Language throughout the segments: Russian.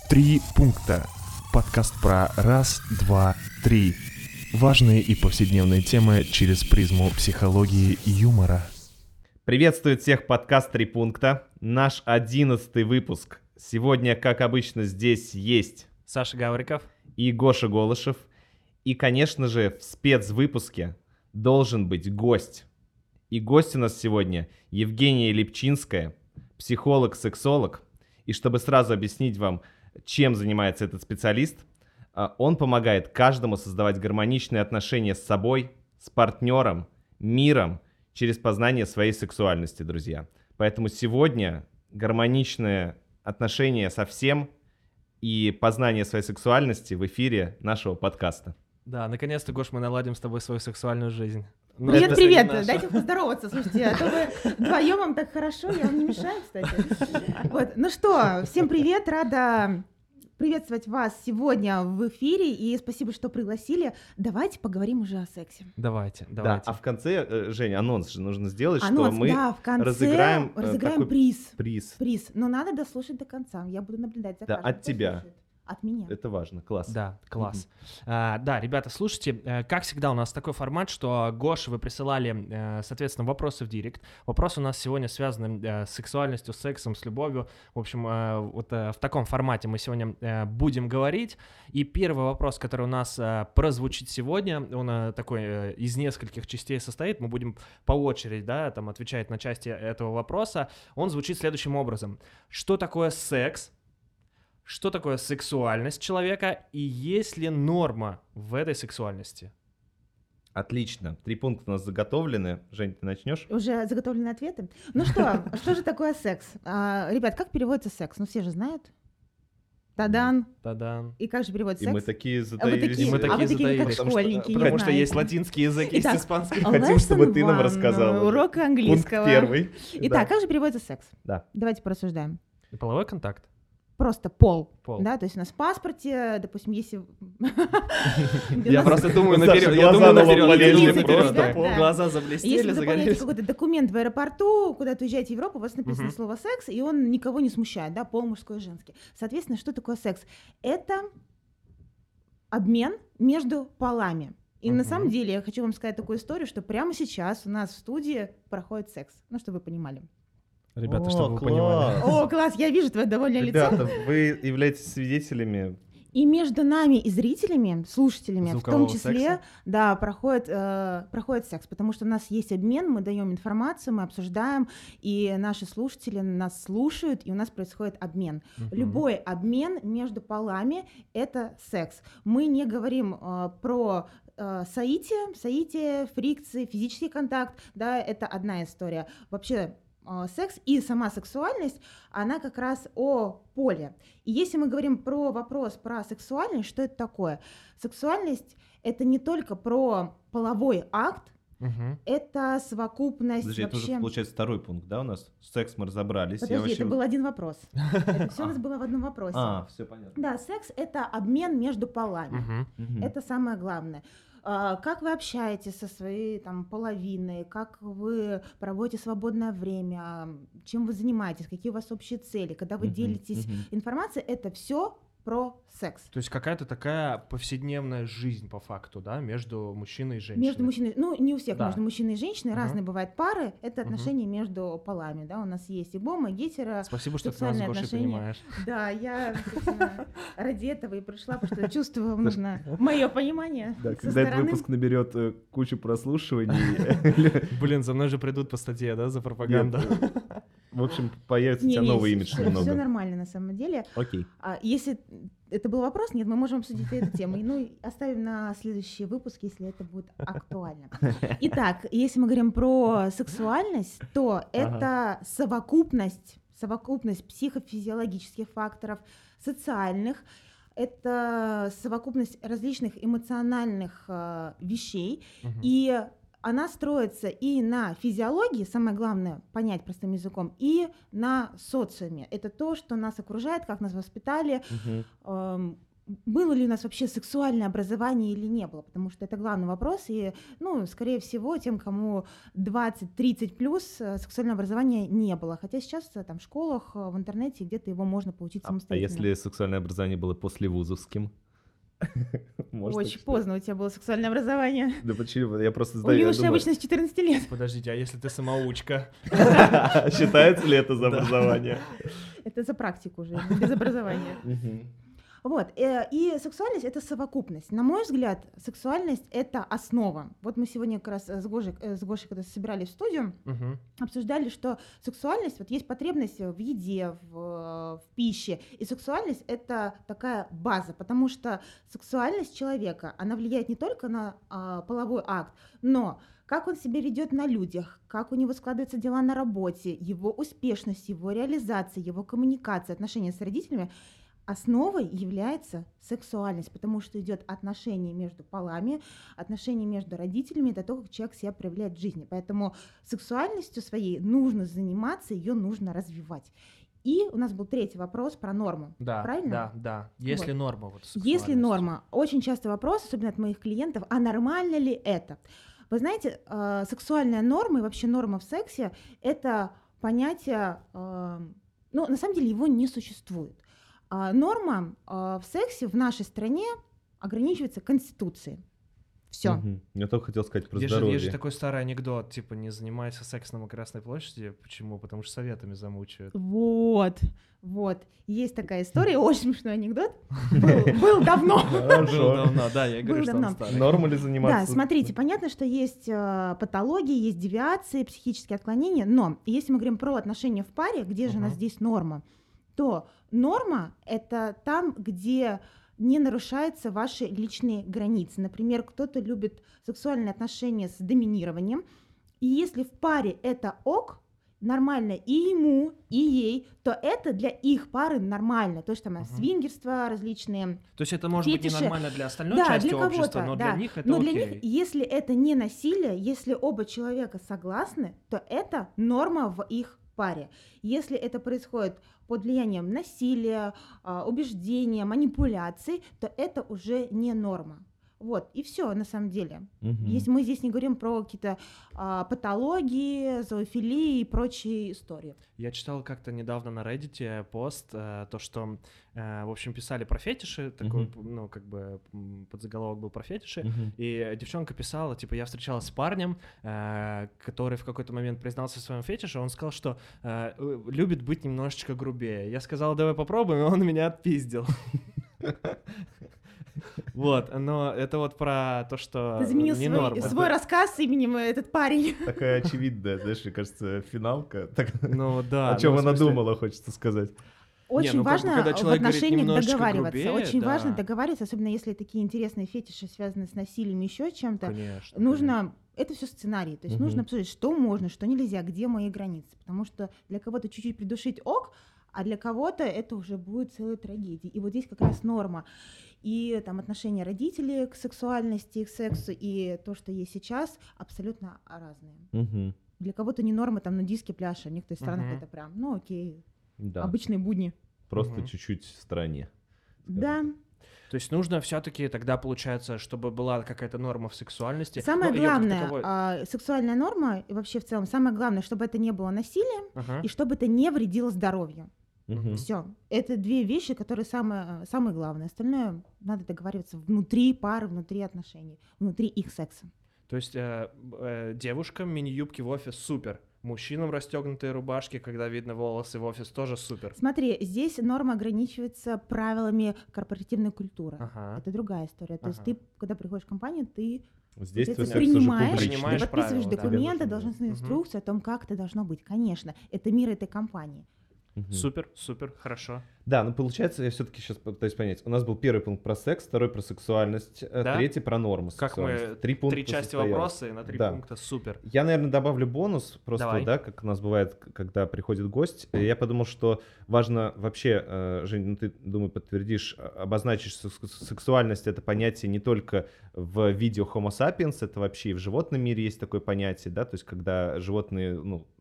Три пункта. Подкаст про раз, два, три. Важные и повседневные темы через призму психологии и юмора. Приветствует всех подкаст «Три пункта». Наш 11-й выпуск. Сегодня, как обычно, здесь есть Саша Гавриков и Гоша Голышев. И, конечно же, в спецвыпуске должен быть гость. И гость у нас сегодня Евгения Липчинская, психолог-сексолог. И чтобы сразу объяснить вам, чем занимается этот специалист, он помогает каждому создавать гармоничные отношения с собой, с партнером, миром, через познание своей сексуальности, друзья. Поэтому сегодня гармоничное отношение со всем и познание своей сексуальности в эфире нашего подкаста. Да, наконец-то, Гош, мы наладим с тобой свою сексуальную жизнь. Привет, дайте поздороваться, слушайте, а то вы вдвоем вам так хорошо, я вам не мешаю, кстати. Вот. Ну что, всем привет, рада приветствовать вас сегодня в эфире, и спасибо, что пригласили. Давайте поговорим уже о сексе. Давайте. Да, а в конце, Жень, анонс же нужно сделать, Анонс, что мы да, в конце разыграем такой приз. Но надо дослушать до конца, я буду наблюдать за Да, каждым, от кто тебя. слушает. От меня. Это важно, класс. Да, класс. Да, ребята, слушайте, как всегда у нас такой формат, что Гоша, вы присылали, соответственно, вопросы в директ. Вопросы у нас сегодня связаны с сексуальностью, с сексом, с любовью. В общем, вот в таком формате мы сегодня будем говорить. И первый вопрос, который у нас прозвучит сегодня, он такой из нескольких частей состоит. Мы будем по очереди, да, там отвечать на части этого вопроса. Он звучит следующим образом. Что такое секс? Что такое сексуальность человека и есть ли норма в этой сексуальности? Отлично. 3 пункта у нас заготовлены. Жень, ты начнешь? Уже заготовлены ответы? Ну что же такое секс? Ребят, как переводится секс? Ну все же знают. Тадан. Тадан. И как же переводится И секс? мы такие вы затаились. такие- мы такие как затаились, школьники, не Потому что знаете. есть латинский язык, есть Итак, испанский. Хотим, чтобы Lesson ты нам one, рассказала. урок английского. Пункт 1. Итак, как же переводится секс? Да. Давайте порассуждаем. Половой контакт. Просто пол. Пол. Да, то есть у нас в паспорте, допустим, если... Я просто думаю Саша, наперед. глаза Я думаю на лоб полезли, наперед. просто Да, пол. да. Глаза Если заблестели, вы заполняете загорелись. какой-то документ в аэропорту, куда-то уезжаете в Европу, у вас написано Мгм. слово «секс», и он никого не смущает, да, пол мужской и женский. Соответственно, что такое секс? Это обмен между полами. И на Мгм. самом деле я хочу вам сказать такую историю, что прямо сейчас у нас в студии проходит секс. Ну, чтобы вы понимали. Ребята, О, чтобы вы класс. понимали. О, класс, я вижу твое довольное лицо. Ребята, вы являетесь свидетелями. И между нами и зрителями, слушателями, в Звукового том числе, секса? да, проходит секс, потому что у нас есть обмен, мы даем информацию, мы обсуждаем, и наши слушатели нас слушают, и у нас происходит обмен. Мгм. Любой обмен между полами — это секс. Мы не говорим про соитие, фрикции, физический контакт, да, это одна история. Вообще секс и сама сексуальность, она как раз о поле. И если мы говорим про вопрос про сексуальность, что это такое? Сексуальность — это не только про половой акт, Мгм. это совокупность Подожди, это вообще... уже получается 2 пункт, да, у нас? Секс мы разобрались. Подожди, это был один вопрос. Это все у нас было в одном вопросе. Все понятно. Да, секс — это обмен между полами. Мгм. Это самое главное. Как вы общаетесь со своей там половиной, как вы проводите свободное время, чем вы занимаетесь, какие у вас общие цели, когда вы делитесь информацией, это все про секс. То есть какая-то такая повседневная жизнь по факту, да, между мужчиной и женщиной. Между мужчиной, ну не у всех, Да. между мужчиной и женщиной, Мгм. разные бывают пары, это Мгм. отношения между полами, да, у нас есть и гомо, и гетеро. Спасибо, что ты нас с сексуальные Гошей отношения. понимаешь. Да, я, собственно, ради этого и пришла, потому что чувствую, нужно мое понимание Да, со когда этот стороны. выпуск наберет кучу прослушиваний, Блин, за мной же придут по статье, да, за пропаганду. в общем, появится у тебя новый имидж Все немного. нормально на самом деле. Окей. Если это был вопрос, нет, мы можем обсудить эту тему. Ну, и оставим на следующий выпуск, если это будет актуально. Итак, если мы говорим про сексуальность, то это совокупность психофизиологических факторов, социальных, это совокупность различных эмоциональных вещей, Мгм. и она строится и на физиологии, самое главное понять простым языком, и на социуме. Это то, что нас окружает, как нас воспитали. Мгм. было ли у нас вообще сексуальное образование или не было, потому что это главный вопрос, и, скорее всего, тем, кому 20-30 плюс, сексуального образования не было, хотя сейчас там в школах, в интернете где-то его можно получить А самостоятельно. если сексуальное образование было послевузовским? Может, Очень так поздно у тебя было сексуальное образование. Да почему? Я просто У знаю, я юношей думаю, обычно с 14 лет. Подождите, а если ты самоучка? считается ли это за образование? Это за практику уже, без образования. Вот, и сексуальность — это совокупность. На мой взгляд, сексуальность — это основа. Вот мы сегодня как раз с Гошей, когда собирались в студию, Мгм. обсуждали, что сексуальность, вот есть потребность в еде, в пище, и сексуальность — это такая база, потому что сексуальность человека, она влияет не только на половой акт, но как он себя ведет на людях, как у него складываются дела на работе, его успешность, его реализация, его коммуникация, отношения с родителями. Основой является сексуальность, потому что идет отношение между полами, отношение между родителями, это то, как человек себя проявляет в жизни. Поэтому сексуальностью своей нужно заниматься, ее нужно развивать. И у нас был третий вопрос про норму. Да, Правильно? да. Если Вот. норма вот с Если сексуальностью. норма, очень часто вопрос, особенно от моих клиентов, а нормально ли это? Вы знаете, сексуальная норма и вообще норма в сексе — это понятие, на самом деле его не существует. Норма в сексе в нашей стране ограничивается Конституцией. Все. Мгм. Я только хотел сказать про Есть же здоровье. такой старый анекдот, типа, не занимайся сексом на Красной площади. Почему? Потому что советами замучают. Вот. Есть такая история, очень смешной анекдот. Был давно. Было Хорошо. давно, да, я и говорю, Было что он давно. старый. Норма ли Да, заниматься? смотрите, понятно, что есть патологии, есть девиации, психические отклонения, но если мы говорим про отношения в паре, где же у нас Мгм. здесь норма, то норма — это там, где не нарушаются ваши личные границы. Например, кто-то любит сексуальные отношения с доминированием, и если в паре это ок, нормально и ему, и ей, то это для их пары нормально. То есть там свингерство, различные. То есть это может быть Фетиши. ненормально для остальной Да, части для общества, кого-то, но да. для них это Но для окей. них, если это не насилие, если оба человека согласны, то это норма в их паре. Если это происходит под влиянием насилия, убеждения, манипуляций, то это уже не норма. Вот, и все на самом деле. Мгм. Если мы здесь не говорим про какие-то патологии, зоофилии и прочие истории. Я читал как-то недавно на Reddit пост, то, что, в общем, писали про фетиши, такой, подзаголовок был про фетиши, Мгм. и девчонка писала, типа, я встречалась с парнем, который в какой-то момент признался в своем фетише, он сказал, что любит быть немножечко грубее. Я сказал, давай попробуем, и он меня отпиздил. Вот, но это вот про то, что Ты заменил не норма. свой рассказ именем этот парень. Такая очевидная, знаешь, мне кажется, финалка. Ну да. О чем ну, в она смысле, думала, хочется сказать. Очень ну, как бы, важно когда в человек говорит отношениях немножечко договариваться. грубее, Очень да. важно договариваться, особенно если такие интересные фетиши связаны с насилием, еще чем-то. Конечно. Нужно, это все сценарий, то есть Мгм. нужно обсудить, что можно, что нельзя, где мои границы, потому что для кого-то чуть-чуть придушить ок, а для кого-то это уже будет целая трагедия. И вот здесь как раз норма. И там отношения родителей к сексуальности, к сексу и то, что есть сейчас, абсолютно разные. Мгм. Для кого-то не норма там нудистский пляж, а в некоторых странах Мгм. это прям, окей, Да, обычные будни. просто Мгм. чуть-чуть в стороне. скажем Да. так. То есть нужно все-таки тогда, получается, чтобы была какая-то норма в сексуальности. Самое Ну, её как главное, таковой- сексуальная норма, и вообще в целом, самое главное, чтобы это не было насилием, Ага. и чтобы это не вредило здоровью. Мгм. Все. Это две вещи, которые самые главные. Остальное надо договариваться внутри пары, внутри отношений, внутри их секса. То есть девушкам мини-юбки в офис супер. Мужчинам расстегнутые рубашки, когда видно волосы в офис, тоже супер. Смотри, здесь норма ограничивается правилами корпоративной культуры. Ага. Это другая история. То есть Ага. ты, когда приходишь в компанию, ты Здесь это твой секс уже принимаешь, публичный. Принимаешь ты подписываешь правила, да. документы, Тебе нужно, должностные Мгм. инструкции о том, как это должно быть. Конечно, это мир этой компании. Мгм. Супер, хорошо. Да, ну получается, я все-таки сейчас пытаюсь понять. У нас был первый пункт про секс, второй про сексуальность, Да? третий про норму Как мы сексуальности. Три пункта три части состоялось. вопроса и на 3 Да. пункта супер. Я, наверное, добавлю бонус, просто, Давай. да, как у нас бывает, когда приходит гость. Я подумал, что важно вообще, Жень, ну ты, думаю, подтвердишь, обозначить, что сексуальность — это понятие не только в виде Homo sapiens, это вообще и в животном мире есть такое понятие, да, то есть когда животные, ну,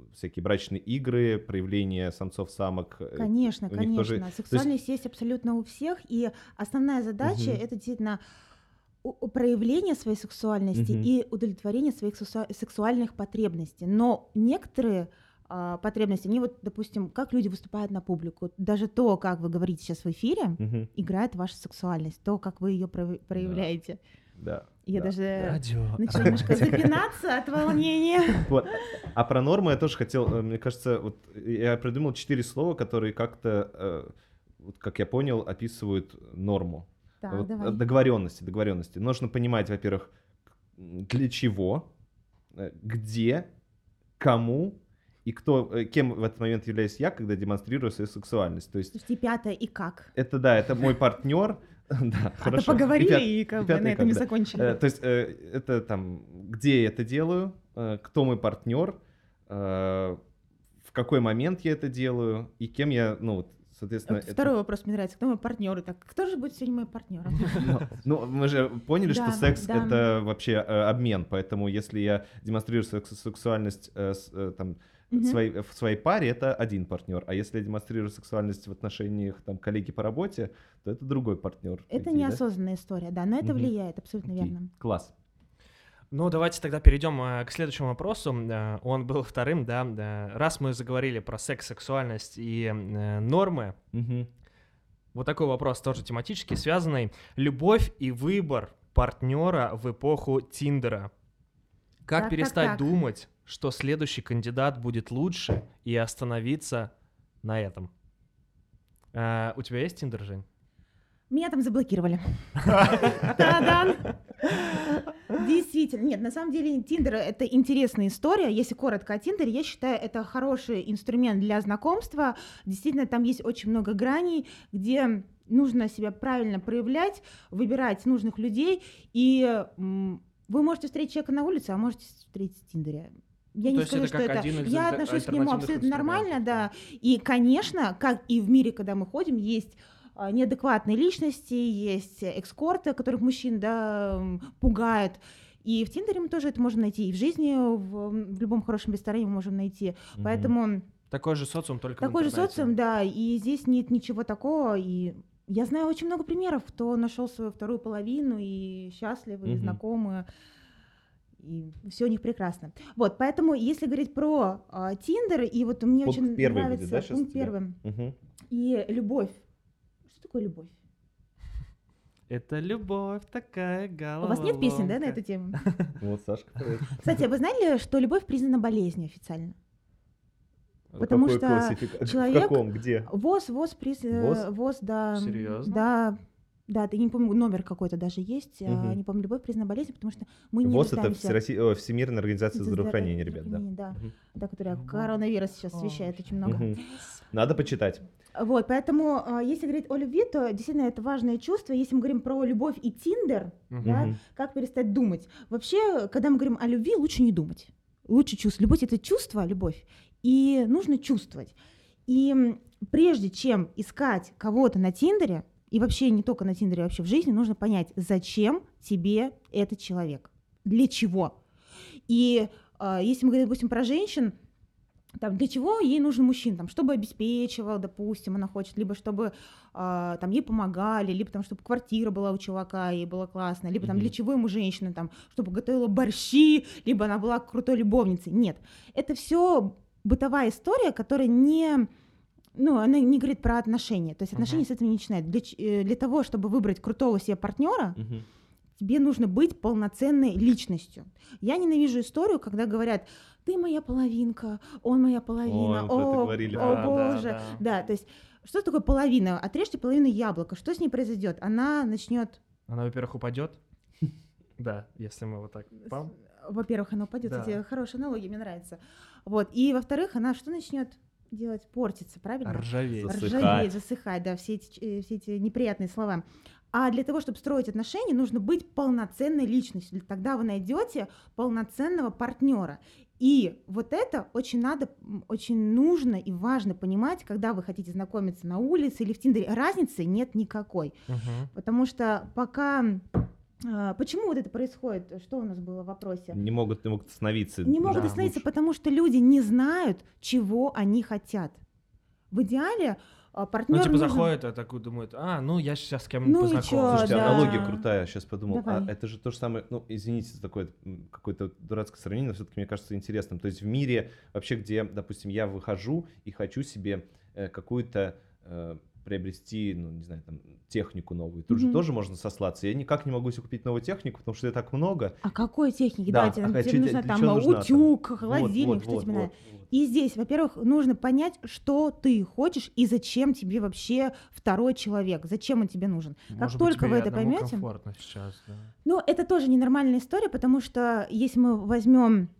всякие брачные игры, проявление самцов-самок. Конечно, у них тоже- конечно. Сексуальность есть абсолютно у всех, и основная задача Мгм. это действительно проявление своей сексуальности Мгм. и удовлетворение своих сексуальных потребностей. Но некоторые потребности, они вот, допустим, как люди выступают на публику, даже то, как вы говорите сейчас в эфире, Мгм. играет ваша сексуальность, то, как вы ее проявляете. Да. Я да. даже Радио. начала немножко запинаться от волнения. Вот. А про нормы я тоже хотел, мне кажется, вот я придумал 4 слова, которые как-то, вот как я понял, описывают норму. Так, Вот, давай. договоренности. Нужно понимать, во-первых, для чего, где, кому и кто, кем в этот момент являюсь я, когда демонстрирую свою сексуальность. То есть Слушайте, и пятое, и как. это да, это мой партнер. Да, А то хорошо. поговорили, и И как бы пятое, на этом и как, да. закончили. То есть это там, где я это делаю, кто мой партнер, в какой момент я это делаю и кем я, ну, вот, соответственно... Вот второй вопрос мне нравится. Кто мой партнер? Так, кто же будет сегодня мой партнер? Ну, мы же поняли, что Да, секс да. это вообще обмен, поэтому если я демонстрирую сексуальность там, в своей паре, это один партнер, а если я демонстрирую сексуальность в отношениях там, коллеги по работе, то это другой партнер. Это неосознанная история, да, но это Мгм. влияет, абсолютно верно. Класс. Ну, давайте тогда перейдем к следующему вопросу. Он был вторым, да. Раз мы заговорили про секс, сексуальность и нормы, Мгм. вот такой вопрос тоже тематически связанный. Любовь и выбор партнера в эпоху Тиндера. Как Так, перестать так. думать, что следующий кандидат будет лучше, и остановиться на этом? У тебя есть Тиндер, Жень? Меня там заблокировали. Та-дан! Действительно. Нет, на самом деле Тиндер — это интересная история. Если коротко о Тиндере, я считаю, это хороший инструмент для знакомства. Действительно, там есть очень много граней, где нужно себя правильно проявлять, выбирать нужных людей. И вы можете встретить человека на улице, а можете встретить в Тиндере. Я Ну, не то есть скажу, это что как это... один из Я отношусь к нему альтернативных абсолютно нормально, инструментов, да. И, конечно, как и в мире, когда мы ходим, есть неадекватные личности, есть эскорты, которых мужчин, да, пугают. И в Тиндере мы тоже это можем найти, и в жизни, в любом хорошем ресторане мы можем найти. Мгм. Поэтому Такой же социум, только в такой же интернете. социум, да, и здесь нет ничего такого. И я знаю очень много примеров, кто нашел свою вторую половину, и счастливы, и Мгм. знакомы, и все у них прекрасно. Вот, поэтому, если говорить про Тиндер, и вот мне Пункт очень первый нравится будет, да, щас у пункт тебя? первый, Мгм. и любовь. Что такое любовь? Это любовь такая У головоломка. вас нет песен, да, на эту тему? Вот, Сашка. привет. Кстати, а вы знали, что любовь признана болезнью официально? В Потому какой что классифика- человек- В каком? Где? ВОЗ, ВОЗ? да. Серьезно? Да, ты не помню, номер какой-то даже есть. Мгм. Не помню, любовь признана болезнью, потому что мы не ВОЗ — это рождаемся... Всемирная организация здравоохранения, ребят, да. Да, Мгм. да, которая Вот. коронавирус сейчас освещает очень много. Мгм. Надо почитать. Вот, поэтому, если говорить о любви, то действительно это важное чувство. Если мы говорим про любовь и Тиндер, Мгм. да, Мгм. как перестать думать? Вообще, когда мы говорим о любви, лучше не думать. Лучше чувствовать. Любовь — это чувство, любовь. И нужно чувствовать. И прежде чем искать кого-то на Тиндере, и вообще не только на Тиндере, а вообще в жизни, нужно понять, зачем тебе этот человек, для чего. И если мы говорим, допустим, про женщин, там, для чего ей нужен мужчина, там, чтобы обеспечивал, допустим, она хочет, либо чтобы там, ей помогали, либо там, чтобы квартира была у чувака, ей было классно, либо там, Мгм. для чего ему женщина, там, чтобы готовила борщи, либо она была крутой любовницей. Нет, это все бытовая история, которая она не говорит про отношения, то есть отношения с этого не начинают. Для того, чтобы выбрать крутого себе партнера, Мгм. тебе нужно быть полноценной личностью. Я ненавижу историю, когда говорят: ты моя половинка, он моя половина, Ой, мы про это говорили, о да, боже. да. Да, то есть что такое половина? Отрежьте половину яблока, что с ней произойдет? Она начнет, Она, во-первых, упадет. Да, если мы вот так. Пам. во-первых, она упадет, Да. кстати, хорошая аналогия, мне нравится. Вот, и во-вторых, она что начнет делать? Портиться, правильно? Ржаветь. Засыхать. Ржаветь, засыхать, да, все эти неприятные слова. А для того, чтобы строить отношения, нужно быть полноценной личностью. Тогда вы найдете полноценного партнера. И вот это очень нужно и важно понимать, когда вы хотите знакомиться на улице или в Тиндере. Разницы нет никакой. Мгм. Потому что пока Почему вот это происходит? Что у нас было в вопросе? Не могут остановиться. Не могут Да, остановиться, лучше. потому что люди не знают, чего они хотят. В идеале партнер Ну, типа, нужен... заходит, а такой думает, ну, я сейчас с кем-нибудь Ну и познакомлюсь. чё, Слушайте, да. аналогия крутая, сейчас подумал. Давай. Это же то же самое, ну, извините за такое какое-то дурацкое сравнение, но все-таки мне кажется интересным. То есть в мире вообще, где, допустим, я выхожу и хочу себе какую-то приобрести, ну, не знаю, там, технику новую. Тут же тоже можно сослаться. Я никак не могу себе купить новую технику, потому что ее так много. А какой техники? Да, Да, тебе, ага, тебе чё- нужно для там чего нужна там? утюг, Вот, холодильник, что вот, тебе вот, надо. вот. И здесь, во-первых, нужно понять, что ты хочешь и зачем тебе вообще второй человек, зачем он тебе нужен. Как Может быть, только тебе вы и это одному поймете, комфортно сейчас, да. ну, это тоже ненормальная история, потому что если мы возьмем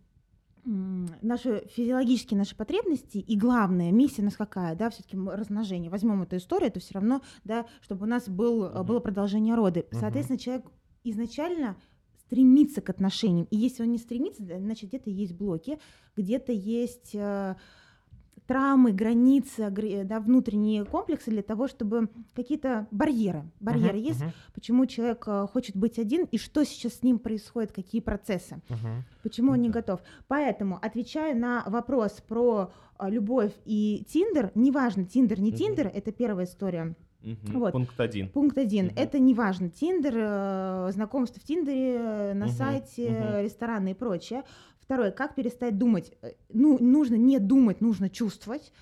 наши физиологические наши потребности, и главная миссия у нас какая, да, все-таки размножение. Возьмем эту историю, это все равно, да, чтобы у нас было продолжение рода. Соответственно, человек изначально стремится к отношениям. И если он не стремится, значит, где-то есть блоки, где-то есть травмы, границы, да, внутренние комплексы для того, чтобы какие-то барьеры есть, почему человек хочет быть один и что сейчас с ним происходит, какие процессы, почему он не готов. Поэтому, отвечая на вопрос про любовь и Тиндер, неважно, Тиндер, не Тиндер, это первая история. Вот. Пункт 1. Пункт 1. Это не важно. Тиндер, знакомство в Тиндере, на сайте, рестораны и прочее. Второе, как перестать думать? Ну, нужно не думать, нужно чувствовать.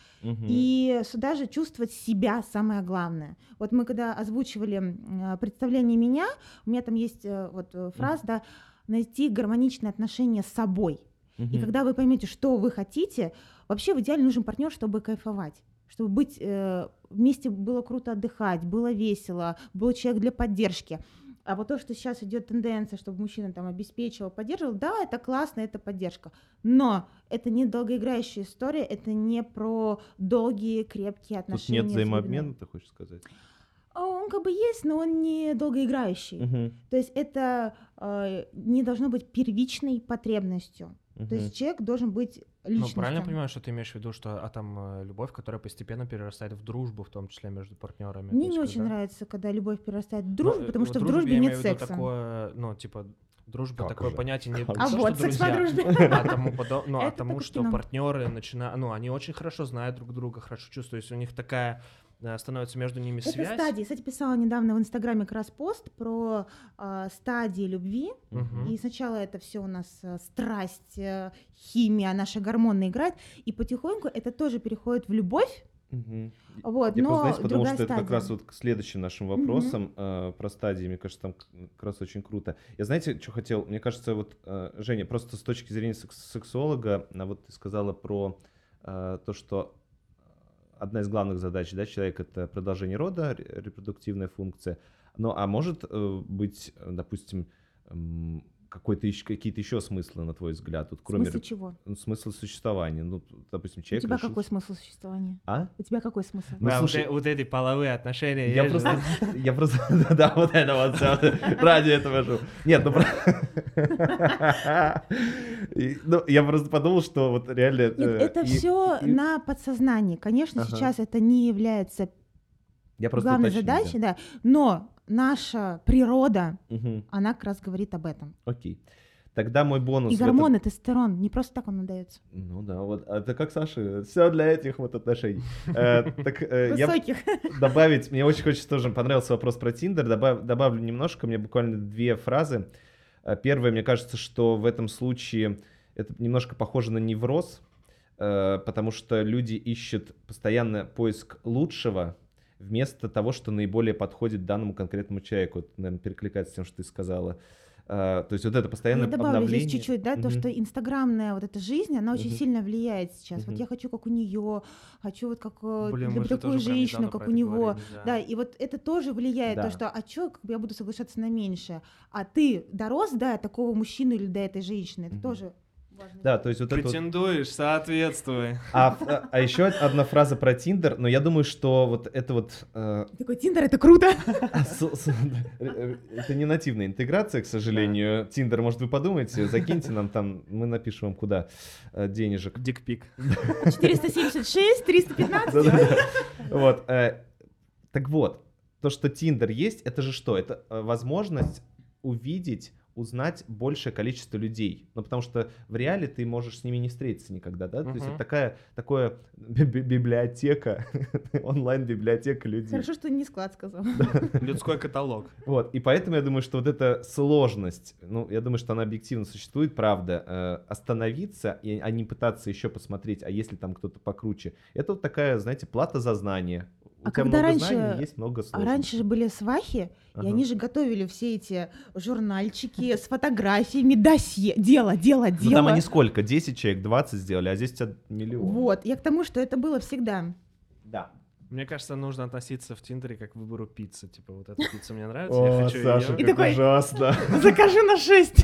И сюда же чувствовать себя самое главное. Вот мы когда озвучивали представление меня, у меня там есть вот фраза, да, найти гармоничные отношения с собой. И когда вы поймете, что вы хотите, вообще в идеале нужен партнер, чтобы кайфовать. Чтобы быть вместе, было круто отдыхать, было весело, был человек для поддержки. А вот то, что сейчас идет тенденция, чтобы мужчина там обеспечивал, поддерживал, да, это классно, это поддержка. Но это не долгоиграющая история, это не про долгие, крепкие отношения. Тут нет взаимообмена, ты хочешь сказать? Он как бы есть, но он не долгоиграющий. То есть это не должно быть первичной потребностью. То есть человек должен быть личностью. Ну, правильно понимаю, что ты имеешь в виду, что там любовь, которая постепенно перерастает в дружбу, в том числе между партнерами? Мне не очень нравится, когда любовь перерастает в дружбу, потому что в дружбе нет секса. Такое, ну, типа, дружба Как такое же? понятие не А то, вот что секс по друзья, дружбе. а тому подобное, Это тому, только что кино. партнеры начинают, ну, они очень хорошо знают друг друга, хорошо чувствуют, у них такая становится между ними Это связь. стадии. Кстати, писала недавно в Инстаграме как раз пост про стадии любви. И сначала это все у нас страсть, химия, наши гормоны играют, и потихоньку это тоже переходит в любовь. Вот, Я но просто, знаете, потому другая что это как стадия. раз вот к следующим нашим вопросам про стадии, мне кажется, там как раз очень круто. Я знаете, что хотел? Мне кажется, вот, Женя, просто с точки зрения сексолога, вот ты сказала про то, что одна из главных задач, да, человека — это продолжение рода, репродуктивная функция. Ну, а может быть, допустим, какие-то еще смыслы, на твой взгляд? Вот, кроме Смысл чего? смысла существования. Ну, допустим, У человек тебя решил... какой смысл существования? А? У тебя какой смысл? Ну, Да, слушай, вот эти половые отношения. Я есть же, просто, да, вот это вот все, ради этого же. Нет, ну, я просто подумал, что вот реально... Нет, это все на подсознании. Конечно, сейчас это не является главной задачей, да, но наша природа, она как раз говорит об этом. Окей. Тогда мой бонус... И гормон тестостерон, не просто так он надается. Ну да, вот, это как Саша, все для этих вот отношений. Высоких. Добавить, мне очень хочется тоже, понравился вопрос про Тиндер, добавлю немножко, мне буквально 2 фразы. Первое, мне кажется, что в этом случае это немножко похоже на невроз, потому что люди ищут постоянно поиск лучшего вместо того, что наиболее подходит данному конкретному человеку. Это, наверное, перекликается с тем, что ты сказала. То есть вот это постоянное обновление. Я добавлю здесь чуть-чуть, да, то, что инстаграмная вот эта жизнь, она очень сильно влияет сейчас. Вот я хочу, как у нее, хочу вот как такую женщину, как у него. Да, и вот это тоже влияет, то, что, а что, я буду соглашаться на меньшее. А ты дорос до такого мужчины или до этой женщины, это тоже... Да, то есть вот претендуешь, соответствуй. А еще одна фраза про Тиндер, но я думаю, что вот это вот... Такой Тиндер — это круто! Это не нативная интеграция, к сожалению. Тиндер, может, вы подумаете, закиньте нам там, мы напишем вам куда денежек. Дикпик. 476, 315. Вот. Так вот, то, что Тиндер есть, это же что? Это возможность увидеть, узнать большее количество людей. Ну, потому что в реале ты можешь с ними не встретиться никогда, да? То есть это такая библиотека, онлайн-библиотека людей. Хорошо, что не склад сказал. Людской каталог. Вот, и поэтому я думаю, что вот эта сложность, ну, я думаю, что она объективно существует, правда, остановиться, а не пытаться еще посмотреть, а если там кто-то покруче. Это вот такая, знаете, плата за знание. У тебя когда много знаний, есть много сложностей. раньше же были свахи, и Ага. они же готовили все эти журнальчики с фотографиями, досье, дело. Ну там они сколько? 10 человек, 20 сделали, а здесь у тебя миллион. Вот, я к тому, что это было всегда. Да. Мне кажется, нужно относиться в Тиндере как к выбору пиццы. Типа, вот эта пицца мне нравится, я хочу Саша, её. И такой- ужасно. Закажи на 6.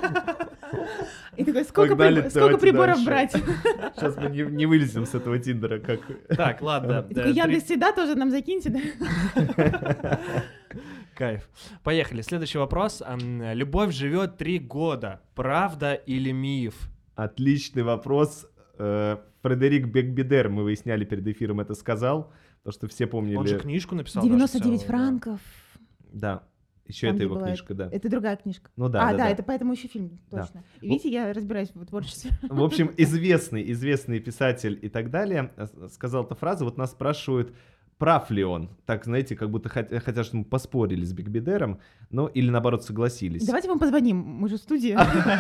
И такой, сколько Погнали, давайте приборов дальше. брать? Сейчас мы не вылезем с этого Тиндера, как... Так, ладно. И такой, Яндекс.Еда тоже нам закиньте, да? Кайф. Поехали. Следующий вопрос. Любовь живет 3 года. Правда или миф? Отличный вопрос. Фредерик Бекбедер, мы выясняли перед эфиром, это сказал, потому что все помнили... Он же книжку написал. 99 даже целую, франков. Да, еще Там, это где его была- книжка, да. Это другая книжка. Ну да, да, это поэтому еще фильм, Да. точно. Видите, я разбираюсь в творчестве. В общем, известный писатель и так далее сказал эту фразу. Вот нас спрашивают, прав ли он. Так, знаете, как будто хотят, чтобы мы поспорили с Бекбедером, ну или наоборот согласились. Давайте вам позвоним, мы же в студии.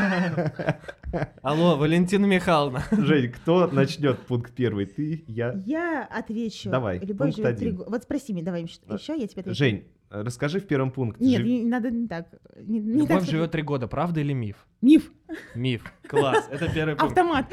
Алло, Валентина Михайловна. Жень, кто начнет пункт первый? Ты, я? Я отвечу. Давай, Любовь пункт живет 3 один. года. Вот спроси меня, давай еще, я тебе отвечу. Жень, расскажи в первом пункте. Нет, не надо не так. Не так, Любовь что- живет 3 года. Правда или миф? Миф, Миф. Класс. Это первый пункт. автомат.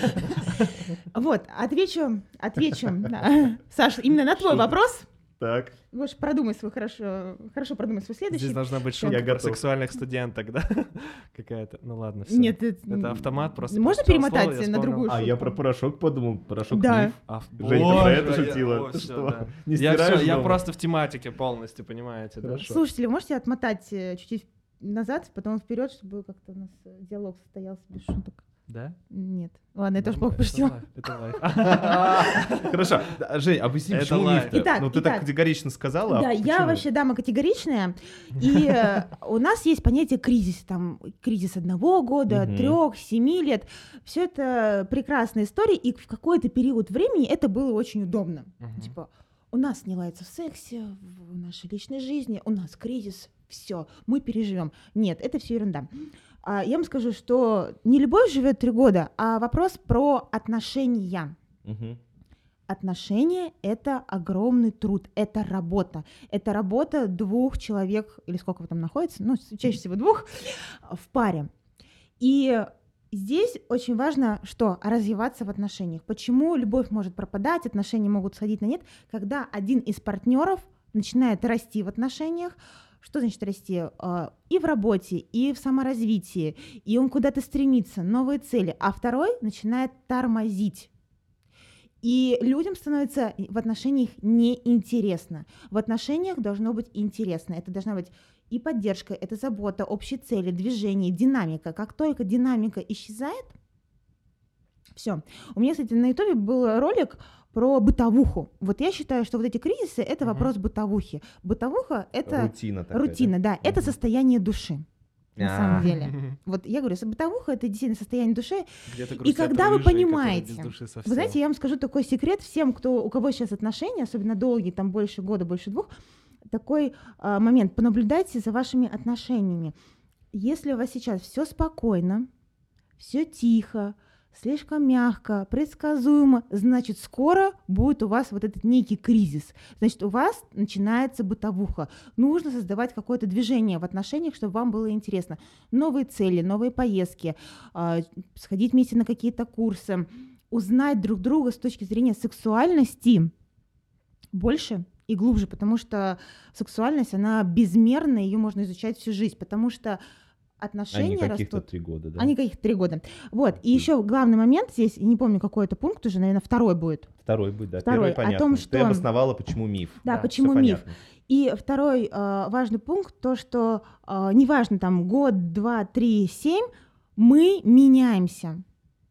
Вот, отвечу. Да. Саш, именно на твой Что? вопрос. Так, Гош, продумай свой хорошо продумай свой следующий. Здесь должна быть Я шутка про готов. сексуальных студенток, да? Какая-то. Ну ладно, все. Нет, Это автомат просто. Можно прозвучало слово, перемотать я на вспомнил. другую а шутку? я про порошок подумал, порошок Да. миф. Боже, Жень, ты про это я- шутила? о, Ты всё, что, да. не Я стираешь всё, я дома? просто в тематике полностью, понимаете, да? Хорошо. Слушатели, вы можете отмотать чуть-чуть назад, потом вперед, чтобы как-то у нас диалог состоялся без шуток? Да? Нет. Ладно, я тоже плохо Нормально, пошутила. Это лайф. Хорошо. Жень, объясни, Это почему лайф. миф-то? Итак, Ну, ты так итак. категорично сказала, Да, а я почему? вообще дама категоричная, и у нас есть понятие кризис, там, кризис 1 года, Мгм. 3, 7 лет, все это прекрасная история, и в какой-то период времени это было очень удобно. Мгм. Типа, у нас не ладится в сексе, в нашей личной жизни, у нас кризис, все, мы переживем. Нет, это все ерунда. Я вам скажу, что не любовь живет 3 года, а вопрос про отношения. Мгм. Отношения — это огромный труд, это работа. Это работа 2 человек, или сколько вы там находится, ну, чаще всего 2, в паре. И здесь очень важно, что развиваться в отношениях. Почему любовь может пропадать, отношения могут сходить на нет, когда один из партнеров начинает расти в отношениях. Что значит расти? И в работе, и в саморазвитии, и он куда-то стремится, новые цели, а второй начинает тормозить. И людям становится в отношениях неинтересно. В отношениях должно быть интересно. Это должна быть и поддержка, это забота, общие цели, движение, динамика. Как только динамика исчезает, все. У меня, кстати, на Ютубе был ролик про бытовуху. Вот я считаю, что вот эти кризисы — это вопрос бытовухи. Бытовуха — это Рутина такая. рутина, да, это Мгм. состояние души. На самом деле. Мгм. Вот я говорю, бытовуха — это действительно состояние души. Где-то И грустят когда вы рыжие, которые понимаете, без души совсем. Вы знаете, я вам скажу такой секрет всем, у кого сейчас отношения, особенно долгие, там больше года, больше 2, такой момент. Понаблюдайте за вашими отношениями. Если у вас сейчас все спокойно, все тихо, слишком мягко, предсказуемо, значит, скоро будет у вас вот этот некий кризис. Значит, у вас начинается бытовуха. Нужно создавать какое-то движение в отношениях, чтобы вам было интересно. Новые цели, новые поездки, сходить вместе на какие-то курсы, узнать друг друга с точки зрения сексуальности больше и глубже, потому что сексуальность, она безмерна, ее можно изучать всю жизнь, потому что А отношения не каких-то растут. 3 года, да? Они каких-то 3 года. Вот. И Окей. еще главный момент здесь, я не помню, какой это пункт уже, наверное, 2 будет. Второй будет, да. Второй. Первый О понятно. том, Ты что- обосновала, почему миф. Да, Да, почему Всё миф. понятно. И второй важный пункт, то, что неважно, там, год, 2, 3, 7, мы меняемся.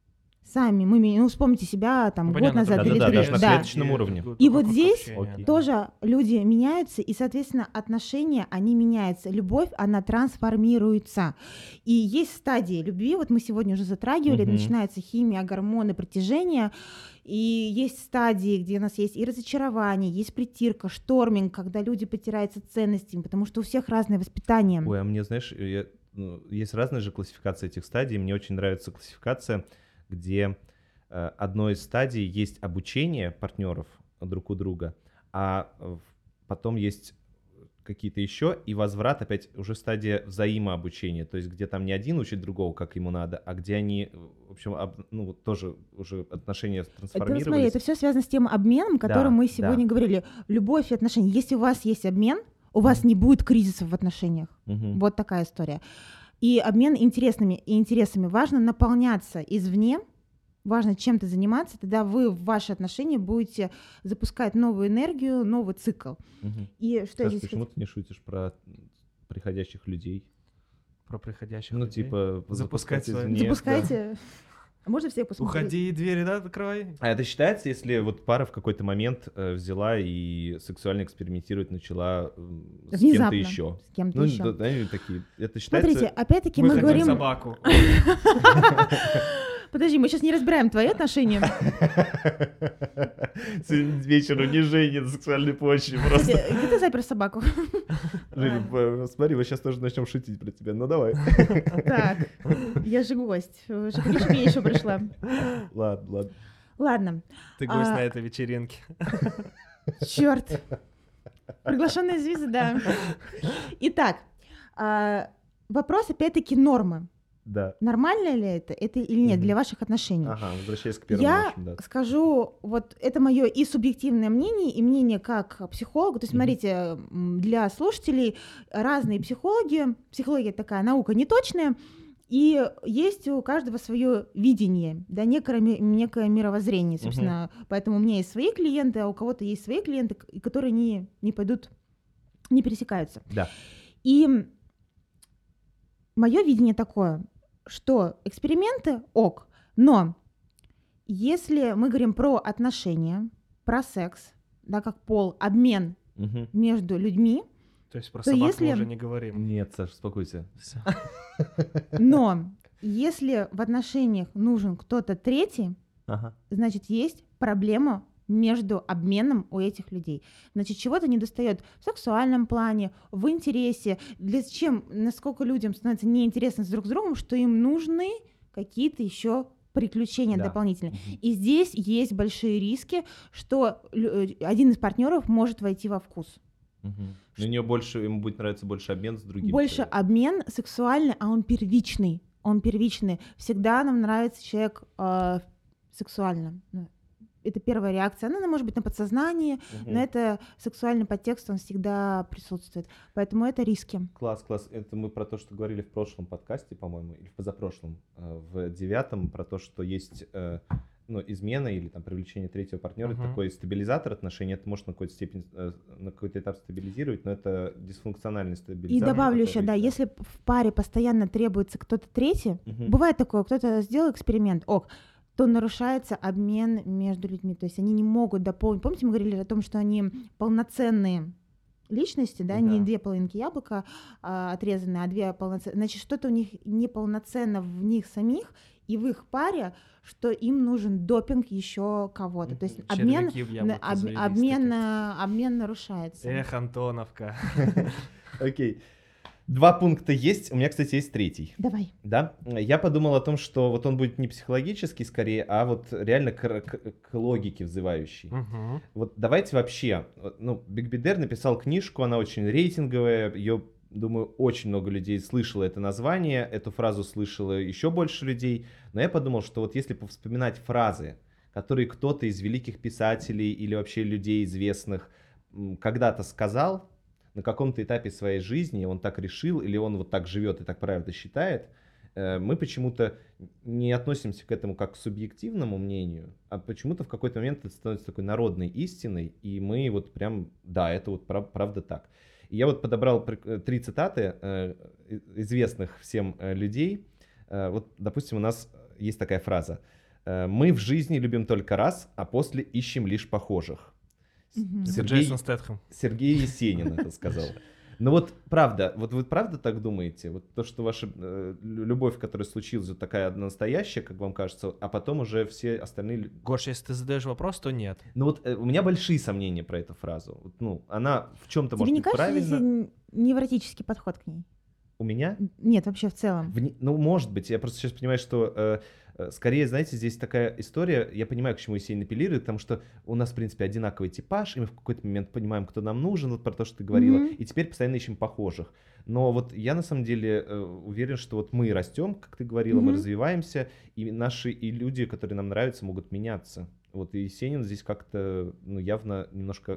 сами, вспомните себя там год Понятно, назад там или Да-да-да, три. даже на Да. клеточном уровне. И вот здесь Окей. тоже люди меняются, и, соответственно, отношения, они меняются. Любовь, она трансформируется. И есть стадии любви, вот мы сегодня уже затрагивали, Мгм. начинается химия, гормоны, притяжение, и есть стадии, где у нас есть и разочарование, есть притирка, шторминг, когда люди потираются ценностями, потому что у всех разное воспитание. Ой, а мне, знаешь, есть разные же классификации этих стадий. Мне очень нравится классификация, где одной из стадий есть обучение партнеров друг у друга, потом есть какие-то еще, и возврат опять уже стадия взаимообучения, то есть где там не один учит другого, как ему надо, а где они, в общем, вот тоже уже отношения Это, трансформировались. смотри, это все связано с тем обменом, о котором Да, мы сегодня да. говорили. Любовь и отношения. Если у вас есть обмен, у вас не будет кризисов в отношениях. Мгм. Вот такая история. И обмен интересами. Важно наполняться извне, важно чем-то заниматься, тогда вы в ваши отношения будете запускать новую энергию, новый цикл. Мгм. И что я Саш, здесь почему ты не шутишь про приходящих людей? Про приходящих Ну, людей. типа, Запускать свои- извне, да. запускаете? А можно всех посмотреть? Уходи, двери, да, открывай. А это считается, если вот пара в какой-то момент взяла и сексуально экспериментировать начала с кем-то Внезапно. еще? С кем-то Ну, еще. да, они такие. Это считается... Смотрите, опять-таки Мы мы хотим говорим... собаку. Подожди, мы сейчас не разбираем твои отношения. Сегодня вечером не Женя на сексуальной почве просто. Где ты запер собаку? Женя, смотри, мы сейчас тоже начнем шутить про тебя. Ну, давай. Так, я же гость. Вы же хотите, чтобы я еще пришла? Ладно. Ладно, Ты гость А- на этой вечеринке. черт. Приглашенная звезда. Итак, вопрос опять-таки нормы. Да. Нормально ли это или нет для ваших отношений? Ага, возвращаясь к первому Я нашему, да. скажу, вот это мое и субъективное мнение, и мнение как психолога. То есть, Мгм. смотрите, для слушателей разные психологи, психология такая наука неточная, и есть у каждого свое видение, да, некое мировоззрение, собственно. Поэтому у меня есть свои клиенты, а у кого-то есть свои клиенты, которые не пойдут, не пересекаются. Да. И мое видение такое, что эксперименты ок, но если мы говорим про отношения, про секс, да, как пол, обмен Мгм. между людьми, То есть про То собаку если- мы уже не говорим. Нет, Саш, успокойся. Всё. но если в отношениях нужен кто-то третий, Ага. значит, есть проблема между обменом у этих людей. Значит, чего-то недостает в сексуальном плане, в интересе. Насколько людям становится неинтересно друг с другом, что им нужны какие-то еще приключения Да. дополнительные. Мгм. И здесь есть большие риски, что один из партнеров может войти во вкус. Мгм. Но ему будет нравиться больше обмен с другим. Больше человеком. обмен сексуальный, а он первичный. Он первичный. Всегда нам нравится человек сексуально. Ну, это первая реакция. Она может быть на подсознании, Мгм. но это сексуальный подтекст, он всегда присутствует. Поэтому это риски. Класс. Это мы про то, что говорили в прошлом подкасте, по-моему, или в позапрошлом, в 9-м, про то, что есть измена или там привлечение третьего партнера, это Мгм. такой стабилизатор отношений, это может на какой-то степень, на какой-то этап стабилизировать, но это дисфункциональный И стабилизатор. добавлю еще, который, да, если в паре постоянно требуется кто-то третий, Мгм. бывает такое, кто-то сделал эксперимент, то нарушается обмен между людьми. То есть они не могут дополнить. Помните, мы говорили о том, что они полноценные личности, да, не Да. две половинки яблока отрезанные, а две полноценные. Значит, что-то у них неполноценно в них самих и в их паре, что им нужен допинг еще кого-то. То есть обмен, Червяки в яблоко завелись обмен, такие. обмен нарушается. Эх, Антоновка. Окей. 2 пункта есть. У меня, кстати, есть 3. Давай. Да, я подумал о том, что вот он будет не психологический скорее, а вот реально к логике взывающий. Мгм. Вот давайте вообще, Бигбидер написал книжку, она очень рейтинговая, ее, думаю, очень много людей слышало это название, эту фразу слышало еще больше людей, но я подумал, что вот если вспоминать фразы, которые кто-то из великих писателей или вообще людей известных когда-то сказал, на каком-то этапе своей жизни он так решил, или он вот так живет и так правильно считает, мы почему-то не относимся к этому как к субъективному мнению, а почему-то в какой-то момент это становится такой народной истиной, и мы вот прям, да, это вот правда так. И я вот подобрал 3 цитаты известных всем людей. Вот, допустим, у нас есть такая фраза. Мы в жизни любим только раз, а после ищем лишь похожих. Мгм. Это Джейсон Стэтхэм. Сергей Есенин это сказал. Ну вот правда, вот вы правда так думаете? Вот то, что ваша любовь, которая случилась, вот такая настоящая, как вам кажется, а потом уже все остальные... Гош, если ты задаешь вопрос, то нет. Ну вот у меня большие сомнения про эту фразу. Вот, ну, она в чем-то Тебе может не быть кажется, правильно. если невротический подход к ней? У меня? Нет, вообще в целом. Ну, может быть. Я просто сейчас понимаю, что скорее, знаете, здесь такая история. Я понимаю, к чему Есенин апеллирует, потому что у нас, в принципе, одинаковый типаж, и мы в какой-то момент понимаем, кто нам нужен, вот про то, что ты говорила, Мгм. и теперь постоянно ищем похожих. Но вот я на самом деле уверен, что вот мы растем, как ты говорила, мы Мгм. развиваемся, и наши и люди, которые нам нравятся, могут меняться. Вот и Есенин здесь как-то, ну, явно немножко,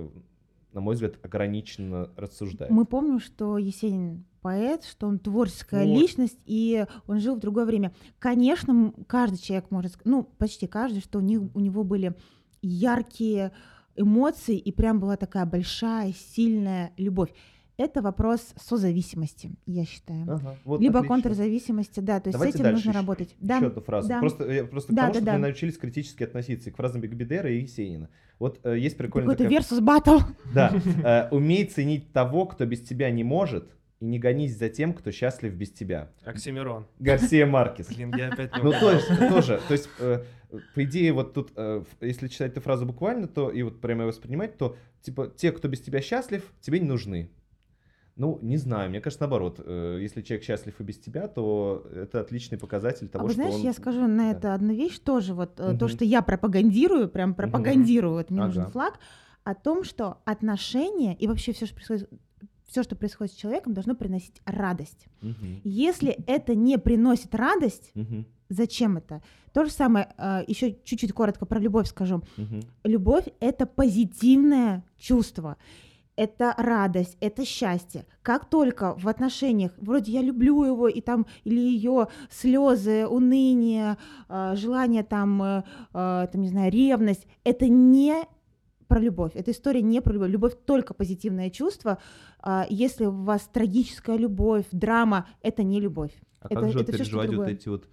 на мой взгляд, ограниченно рассуждает. Мы помним, что Есенин поэт, что он творческая Вот. личность, и он жил в другое время. Конечно, каждый человек может, ну, почти каждый, что у него были яркие эмоции, и прям была такая большая, сильная любовь. Это вопрос созависимости, я считаю. Ага, вот Либо отлично. контрзависимости, да, то есть Давайте с этим дальше нужно еще- работать. Да, Еще одну фразу. да. Просто к Да, тому, да, чтобы да. мы научились критически относиться и к фразам Бигбедера и Есенина. Вот есть прикольная Какой-то такая... версус батл. Да. Умей ценить того, кто без тебя не может, и не гонись за тем, кто счастлив без тебя. Оксимирон. Гарсия Маркес. Блин, я опять не Ну, угадал. тоже. То есть, по идее, вот тут, если читать эту фразу буквально, то и вот прямо ее воспринимать, то, типа, те, кто без тебя счастлив, тебе не нужны. Ну, не знаю, мне кажется, наоборот. Если человек счастлив и без тебя, то это отличный показатель того, А вы что знаешь, он... я скажу на Да. это одну вещь тоже, вот Мгм. то, что я пропагандирую, прям пропагандирую, вот мне нужен Ага. флаг, о том, что отношения и вообще все, что происходит с человеком, должно приносить радость. Мгм. Если это не приносит радость, Мгм. зачем это? То же самое, еще чуть-чуть коротко про любовь скажу. Мгм. Любовь — это позитивное чувство. Это радость, это счастье. Как только в отношениях, вроде я люблю его, и там, или ее слезы, уныние, желание там, не знаю, ревность, это не про любовь. Эта история не про любовь. Любовь только позитивное чувство. Если у вас трагическая любовь, драма, это не любовь. А Это- как же вот это всё, что переживать вот другое. эти вот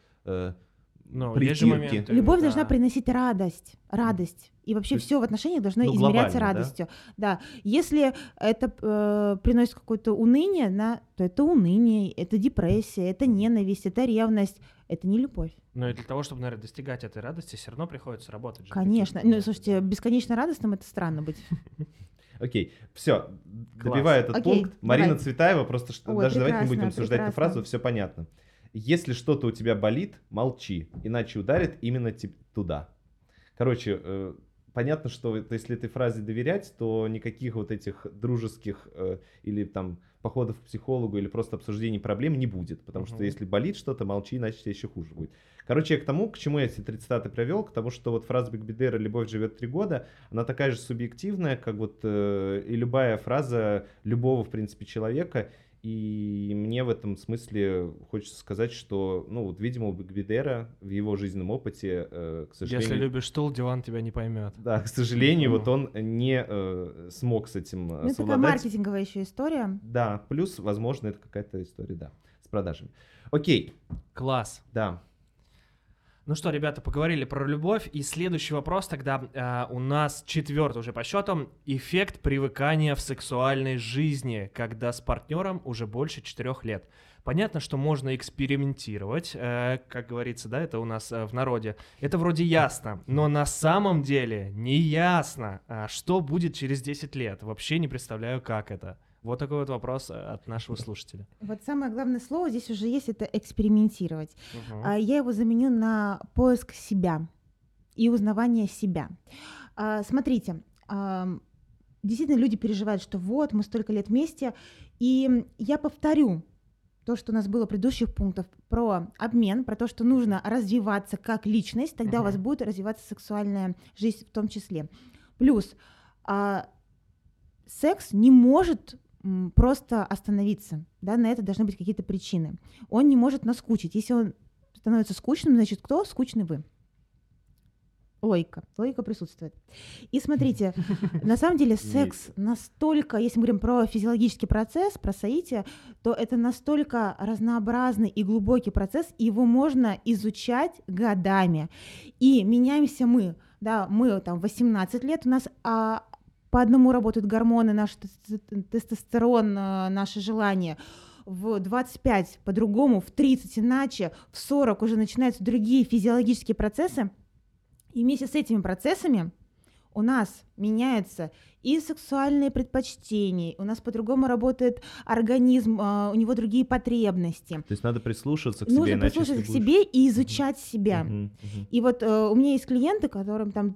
Ну, есть же притирки? моменты. Любовь да. должна приносить радость, радость. И вообще То есть, все в отношениях должно ну, измеряться глобально, да? радостью. Да. Если это приносит какое-то уныние, то это уныние, это депрессия, это ненависть, это ревность, это не любовь. Но и для того, чтобы, наверное, достигать этой радости, все равно приходится работать. же. Конечно. Ну, слушайте, бесконечно радостным это странно быть. Окей, все, добиваю этот Окей, пункт. Марина давай. Цветаева, просто что, Ой, даже давайте не прекрасно, будем обсуждать эту прекрасно. фразу, все понятно. Если что-то у тебя болит, молчи, иначе ударит именно туда. Короче, понятно, что если этой фразе доверять, то никаких вот этих дружеских или там походов к психологу или просто обсуждений проблем не будет. Потому что Мгм. если болит что-то, молчи, иначе тебе еще хуже будет. Короче, я к тому, к чему я эти 3 цитаты привел, к тому, что вот фраза Бигбедера «любовь живет 3 года», она такая же субъективная, как вот и любая фраза любого, в принципе, человека. И мне в этом смысле хочется сказать, что, ну, вот, видимо, у Бигбедера в его жизненном опыте, к сожалению... Если любишь стул, диван тебя не поймет. Да, к сожалению, Мгм. вот он не смог с этим Ну, это такая совладать. маркетинговая еще история. Да, плюс, возможно, это какая-то история, да, с продажами. Окей, Класс. да. Ну что, ребята, поговорили про любовь, и следующий вопрос тогда у нас 4-й уже по счету. Эффект привыкания в сексуальной жизни, когда с партнером уже больше 4 лет. Понятно, что можно экспериментировать, как говорится, да, это у нас в народе. Это вроде ясно, но на самом деле не ясно, что будет через 10 лет. Вообще не представляю, как это. Вот такой вот вопрос от нашего слушателя. Вот самое главное слово здесь уже есть — это экспериментировать. Мгм. Я его заменю на поиск себя и узнавание себя. Смотрите, действительно люди переживают, что вот, мы столько лет вместе, и я повторю то, что у нас было в предыдущих пунктах, про обмен, про то, что нужно развиваться как личность, тогда у вас Мгм. будет развиваться сексуальная жизнь в том числе. Плюс секс не может просто остановиться, да, на это должны быть какие-то причины. Он не может наскучить. Если он становится скучным, значит, кто? Скучны вы. Логика присутствует. И смотрите, на самом деле секс настолько, если мы говорим про физиологический процесс, про соитие, то это настолько разнообразный и глубокий процесс, и его можно изучать годами. И меняемся мы, да, мы там 18 лет, у нас по одному работают гормоны, наш тестостерон, наши желания, в 25 по-другому, в 30 иначе, в 40 уже начинаются другие физиологические процессы. И вместе с этими процессами у нас меняются и сексуальные предпочтения, у нас по-другому работает организм, у него другие потребности. То есть надо прислушиваться к себе. Нужно прислушиваться к себе и изучать себя. И вот у меня есть клиенты, которым там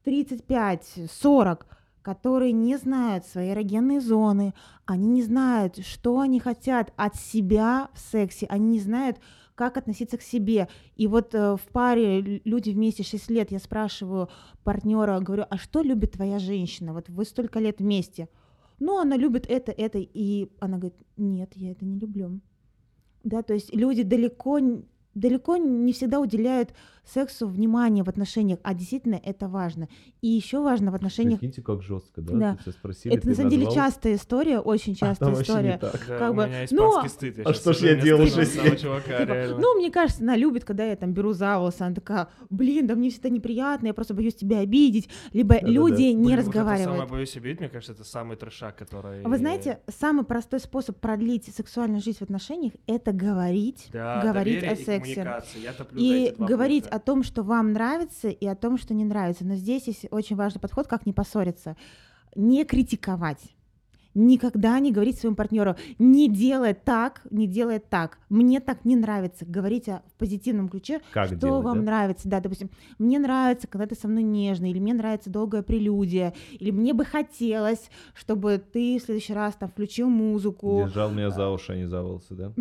35-40, которые не знают свои эрогенные зоны, они не знают, что они хотят от себя в сексе, они не знают, как относиться к себе. И вот в паре люди вместе 6 лет, я спрашиваю партнера, говорю, а что любит твоя женщина? Вот вы столько лет вместе. Ну, она любит это, и она говорит, нет, я это не люблю. Да, то есть люди далеко не всегда уделяют сексу внимание в отношениях, а действительно это важно. И еще важно в отношениях... Прикиньте, как жестко, да? Да. Тебя спросили, Это на самом деле частая история, очень частая история. Да, Как у бы, меня испанский стыд. А что ж я делал 6 лет? Ну, мне кажется, она любит, когда я там беру за волосы, она такая, блин, да мне всегда неприятно, я просто боюсь тебя обидеть. Либо люди не разговаривают. Самое боюсь обидеть, мне кажется, это самый трешак, который... Вы знаете, самый простой способ продлить сексуальную жизнь в отношениях — это говорить о сексе. И говорить о том, что вам нравится, и о том, что не нравится. Но здесь есть очень важный подход, как не поссориться. Не критиковать. Никогда не говорить своему партнеру, не делай так, мне так не нравится. Говорите в позитивном ключе, как что делать, вам да? нравится. Да, допустим, мне нравится, когда ты со мной нежный, или мне нравится долгая прелюдия, или мне бы хотелось, чтобы ты в следующий раз там включил музыку. Держал меня за уши, а не за волосы, да?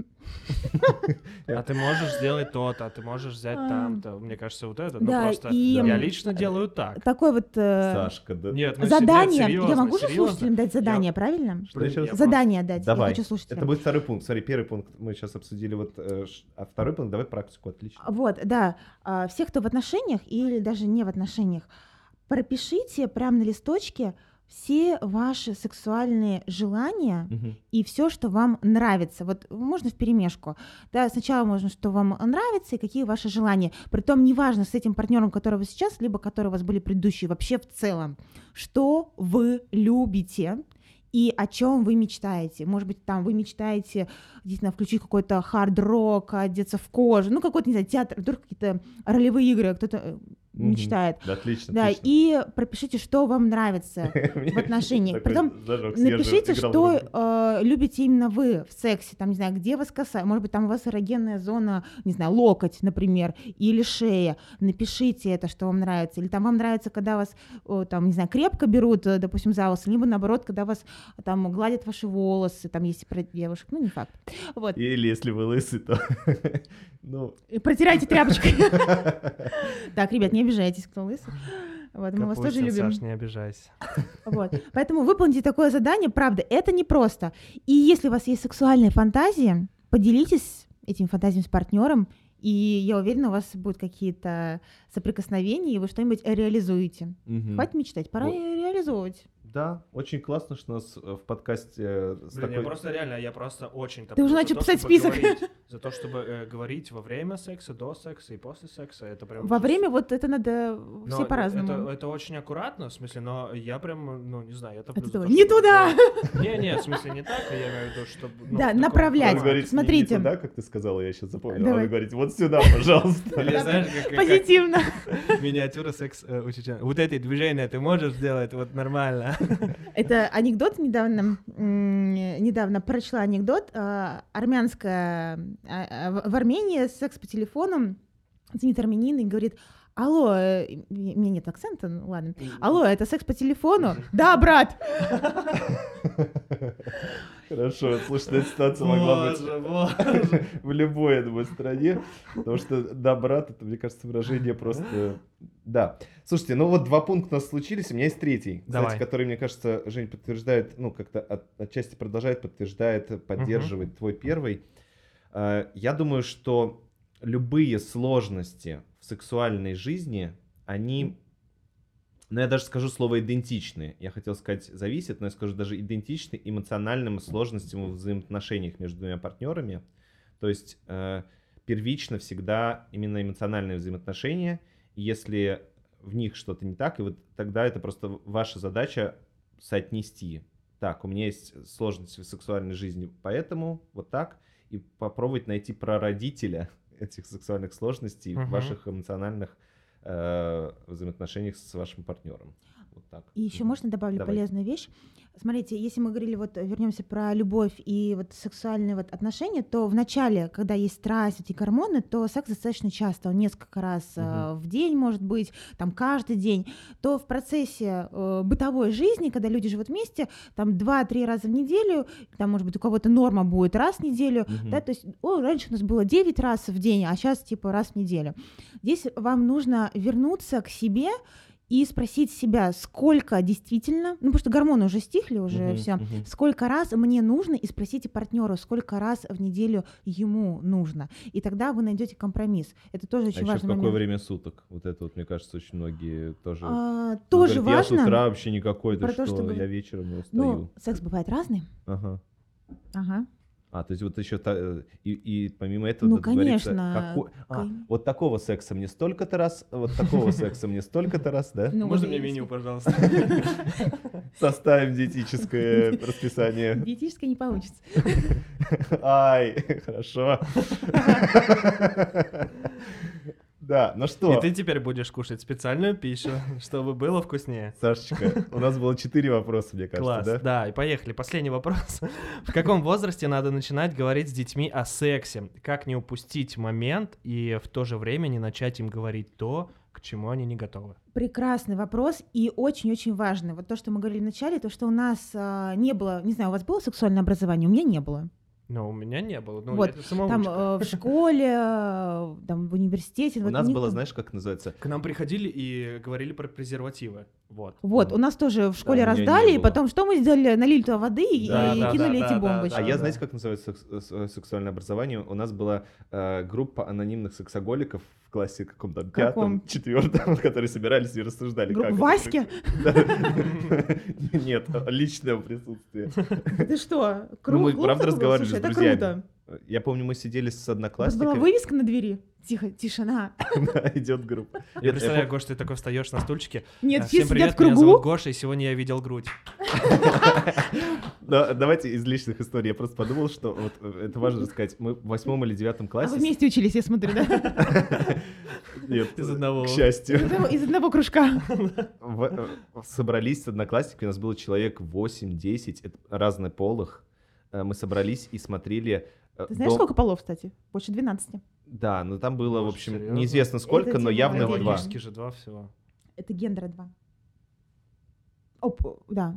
А ты можешь сделать то-то, а ты можешь взять там-то. Мне кажется, вот это. Ну, Да, просто и я лично делаю так. такой вот Сашка, да? Нет, ну, задание. серьезно, Я могу же серьезно. слушателям дать задание, правильно? Что еще раз? Задание дать. Давай. Я хочу слушателям. Это будет второй пункт. Смотри, первый пункт мы сейчас обсудили, а второй пункт, давай практику, отлично. Вот, да. Все, кто в отношениях или даже не в отношениях, пропишите прямо на листочке все ваши сексуальные желания и все, что вам нравится. Вот можно вперемешку. Да, сначала можно, что вам нравится и какие ваши желания. Притом неважно с этим партнером, который вы сейчас, либо который у вас были предыдущие, вообще в целом. Что вы любите и о чем вы мечтаете. Может быть, там вы мечтаете действительно включить какой-то хард-рок, одеться в кожу, ну какой-то, не знаю, театр, вдруг какие-то ролевые игры, кто-то мечтает. Да, отлично. Да, отлично. и пропишите, что вам нравится в отношениях. Потом напишите, что любите именно вы в сексе. Там, не знаю, где вас касается. Может быть, там у вас эрогенная зона, не знаю, локоть, например, или шея. Напишите это, что вам нравится. Или там вам нравится, когда вас, там, не знаю, крепко берут, допустим, за волосы, либо наоборот, когда вас там гладят ваши волосы, там, если про девушек, ну, не факт. Вот. Или если вы лысый, то... И протирайте тряпочкой. Так, ребят, не обижайтесь, кто лысый. Вот, мы вас тоже любим. Саш, не обижайся. Вот. Поэтому выполните такое задание, правда, это непросто. И если у вас есть сексуальные фантазии, поделитесь этими фантазиями с партнером, и я уверена, у вас будут какие-то соприкосновения, и вы что-нибудь реализуете. Хватит мечтать, пора реализовывать. Да, очень классно, что у нас в подкасте... Блин, я просто очень... Ты уже начал писать список. За то, чтобы говорить во время секса, до секса и после секса, это прям... Во время вот это надо все по-разному. Это очень аккуратно, в смысле, но я прям, ну, не знаю, я топлю за то, не туда! Не, в смасле, не так, я имею в виду, чтобы... Да, направлять. Говорит, смотрите. Не туда, как ты сказала, я сейчас запомнил. Давай. Она говорит, вот сюда, пожалуйста. Или знаешь, как Позитивно. миниатюра секс учителя. Вот эти движения ты можешь сделать вот нормально. Это анекдот недавно прочла анекдот. В Армении секс по телефону, звонит армянин и говорит: алло, у меня нет акцента, ну ладно. Алло, это секс по телефону? Да, брат! Хорошо, слушай, эта ситуация могла быть в любой, я думаю, стране, потому что «да, брат» — это, мне кажется, выражение просто... Да. Слушайте, ну вот 2 пункта у нас случились, у меня есть третий, кстати, который, мне кажется, Жень подтверждает, ну, как-то отчасти продолжает, подтверждает, поддерживает твой первый. Я думаю, что любые сложности в сексуальной жизни, они Но я даже скажу слово идентичны. Я хотел сказать зависит, но я скажу даже идентичны эмоциональным сложностям в взаимоотношениях между двумя партнерами. То есть первично всегда именно эмоциональные взаимоотношения. И если в них что-то не так, и вот тогда это просто ваша задача соотнести. Так, у меня есть сложности в сексуальной жизни, поэтому вот так. И попробовать найти прародителя этих сексуальных сложностей в ваших эмоциональных взаимоотношениях с вашим партнером. Вот так. И еще можно добавить Давай. полезную вещь. Смотрите, если мы говорили, вот вернемся про любовь и вот сексуальные вот отношения, то в начале, когда есть страсть, эти гормоны, то секс достаточно часто, он несколько раз в день, может быть, там каждый день, то в процессе бытовой жизни, когда люди живут вместе, там 2-3 раза в неделю, там, может быть, у кого-то норма будет раз в неделю, да, то есть, раньше у нас было 9 раз в день, а сейчас типа раз в неделю. Здесь вам нужно вернуться к себе и спросить себя, сколько действительно, потому что гормоны уже стихли, уже все, сколько раз мне нужно, и спросите партнеру, сколько раз в неделю ему нужно. И тогда вы найдете компромисс. Это тоже очень важный в какое момент. время суток? Вот это вот, мне кажется, очень многие тоже... Тоже говорят, важно. Я с утра вообще никакой, да про то, что, чтобы- я вечером не устаю. Ну, секс бывает разный. Ага. Ага. То есть вот еще и помимо этого Ну, говорится, конечно. вот такого секса мне столько-то раз, вот такого секса мне столько-то раз, да? Ну, Можно вот мне и- меню, пожалуйста? Составим диетическое расписание. Диетическое не получится. Ай, хорошо. Да, ну И что, ты теперь будешь кушать специальную пищу, чтобы было вкуснее. Сашечка, у нас было 4 вопроса, мне кажется, Класс, да? да, и поехали. Последний вопрос. В каком возрасте надо начинать говорить с детьми о сексе? Как не упустить момент и в то же время не начать им говорить то, к чему они не готовы? Прекрасный вопрос и очень-очень важный. Вот то, что мы говорили в начале, то, что у нас не было, не знаю, у вас было сексуальное образование? У меня не было. Но у меня не было. Ну, Вот, я самоучка. Там в школе, там в университете. У вот нас них было, там- знаешь, как называется? К нам приходили и говорили про презервативы. Вот. Вот, у нас тоже в школе у меня не раздали, и было. потом что мы сделали? Налили туда воды и Да, да, кинули да, эти да, бомбочки. А да, я, да. знаете, как называется сексуальное образование? У нас была группа анонимных сексоголиков в классе каком-то Каком? пятом, четвертом, которые собирались и рассуждали. Группа как это Васьки? происходит. Нет, личного присутствия. Ты что? Ну, Клуб мы такой правда был? разговаривали Слушай, с это друзьями. круто. Я помню, мы сидели с У вас была одноклассниками. вывеска на двери? Тихо, тишина. Да, идет группа. Я представляю, Гош, ты такой встаешь на стульчике. Нет, Всем все сидят привет, в меня зовут кругу. Гоша, и сегодня я видел грудь. Давайте из личных историй. Я просто подумал, что вот это важно сказать. Мы в 8 или 9 А классе... вы вместе учились, я смотрю, да? Нет, Из одного. к счастью. Из одного кружка. Собрались с одноклассниками, у нас было человек 8-10, разнополых. Мы собрались и смотрели... Ты знаешь, сколько полов, кстати? Больше 12. Да, но там было, в Боже, общем, серьезно? неизвестно сколько, Это но тема явно отдельная. 2. Логически же 2 всего. Это гендера 2. Да.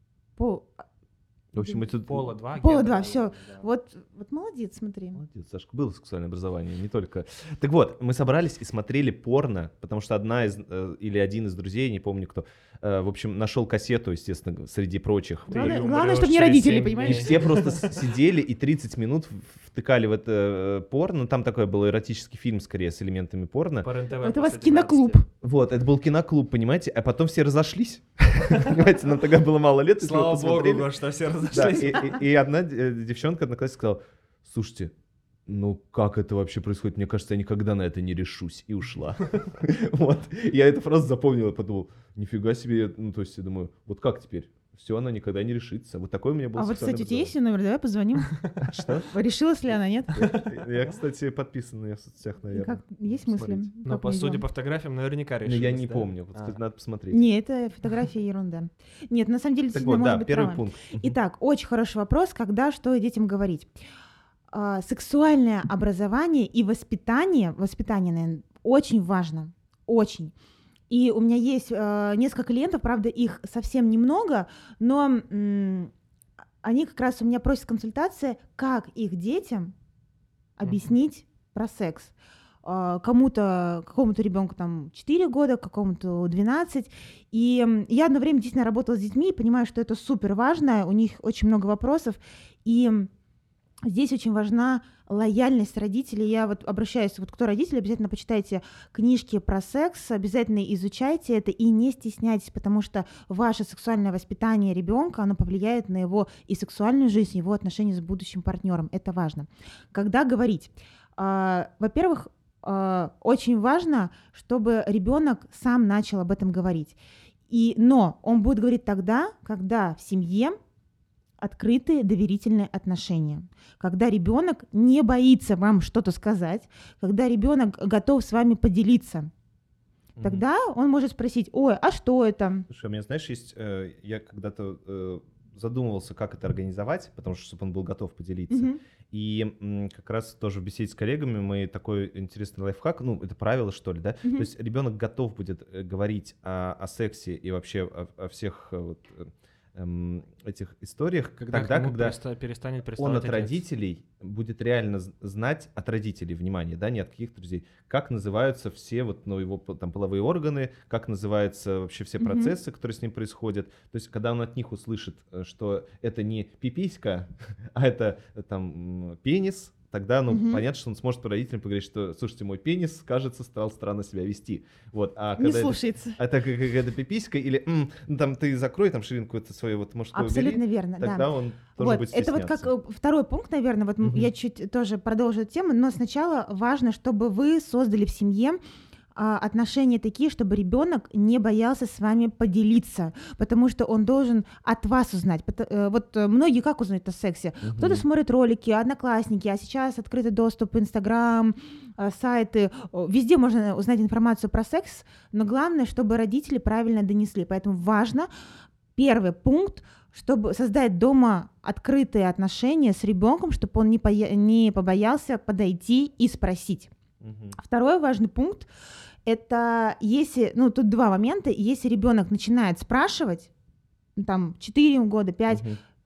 В общем, мы тут... Пола 2. Пола 2, все. Вот молодец, смотри. Молодец, Сашка, было сексуальное образование, не только... Так вот, мы собрались и смотрели порно, потому что одна из, или один из друзей, не помню кто, в общем, нашел кассету, естественно, среди прочих. Главное, чтобы не родители, И понимаешь? все просто сидели и 30 минут втыкали в это порно. Там такой был эротический фильм, скорее, с элементами порно. Это у вас киноклуб. Вот, это был киноклуб, понимаете, а потом все разошлись. Понимаете, нам тогда было мало лет. и Слава мы богу, посмотрели. Гош, что все Да, разошлись. и одна девчонка, одноклассница, сказала: слушайте, ну как это вообще происходит? Мне кажется, я никогда на это не решусь. И ушла. Вот. Я это просто запомнил и подумал: нифига себе. Ну, то есть я думаю, вот как теперь? Все, она никогда не решится. Вот такой у меня был А вот, сексуальный кстати, у тебя есть образование. её номер? Давай позвоним. Что? Решилась ли она, нет? Я, кстати, подписан на её в соцсетях, И наверное. как, есть мысли? Смотрите. Но Как по у неё судя дела? по фотографиям, наверняка Но решились. я не да? помню. Вот, А. кстати, надо посмотреть. Не, это фотография ерунда. Нет, на самом деле, Так действительно, вот, может да, быть первый травма. пункт. Итак, очень хороший вопрос, когда что детям говорить. Сексуальное образование и воспитание, наверное, очень важно, очень. И у меня есть несколько клиентов, правда, их совсем немного, но они как раз у меня просят консультации, как их детям объяснить про секс. Кому-то, какому-то ребенку там 4 года, какому-то 12. И я одно время действительно работала с детьми и понимаю, что это супер важно, у них очень много вопросов. И Здесь очень важна лояльность родителей. Я вот обращаюсь, вот кто родители, обязательно почитайте книжки про секс, обязательно изучайте это и не стесняйтесь, потому что ваше сексуальное воспитание ребенка, оно повлияет на его и сексуальную жизнь, его отношения с будущим партнером. Это важно. Когда говорить? Во-первых, очень важно, чтобы ребенок сам начал об этом говорить. Но он будет говорить тогда, когда в семье открытые доверительные отношения, когда ребенок не боится вам что-то сказать, когда ребенок готов с вами поделиться. Тогда он может спросить: ой, а что это? Слушай, у меня, знаешь, есть, я когда-то задумывался, как это организовать, потому что, чтобы он был готов поделиться. И как раз тоже в беседе с коллегами мы такой интересный лайфхак, ну, это правило, что ли, да? То есть ребенок готов будет говорить о сексе и вообще о всех вот, этих историях, когда перестанет он от родителей будет реально знать, от родителей, внимание, да, не от каких-то друзей, как называются все вот, ну, его там половые органы, как называются вообще все процессы, которые с ним происходят. То есть, когда он от них услышит, что это не пиписька, а это там пенис, тогда, ну, понятно, что он сможет по родителям поговорить, что, слушайте, мой пенис, кажется, стал странно себя вести. Вот, а Не когда слушается. это какая-то пиписька, или ну, там ты закрой там ширинку это свою вот мужскую Абсолютно убери, верно, тогда да. он тоже Вот, будет это стесняться. вот как второй пункт, наверное, вот я чуть тоже продолжу эту тему, но сначала важно, чтобы вы создали в семье отношения такие, чтобы ребенок не боялся с вами поделиться, потому что он должен от вас узнать. Вот многие как узнают о сексе? Кто-то смотрит ролики, одноклассники, а сейчас открытый доступ, Инстаграм, сайты, везде можно узнать информацию про секс, но главное, чтобы родители правильно донесли. Поэтому важно, первый пункт, чтобы создать дома открытые отношения с ребенком, чтобы он не побоялся подойти и спросить. Второй важный пункт — это если, ну тут два момента, если ребенок начинает спрашивать, там 4 года, 5,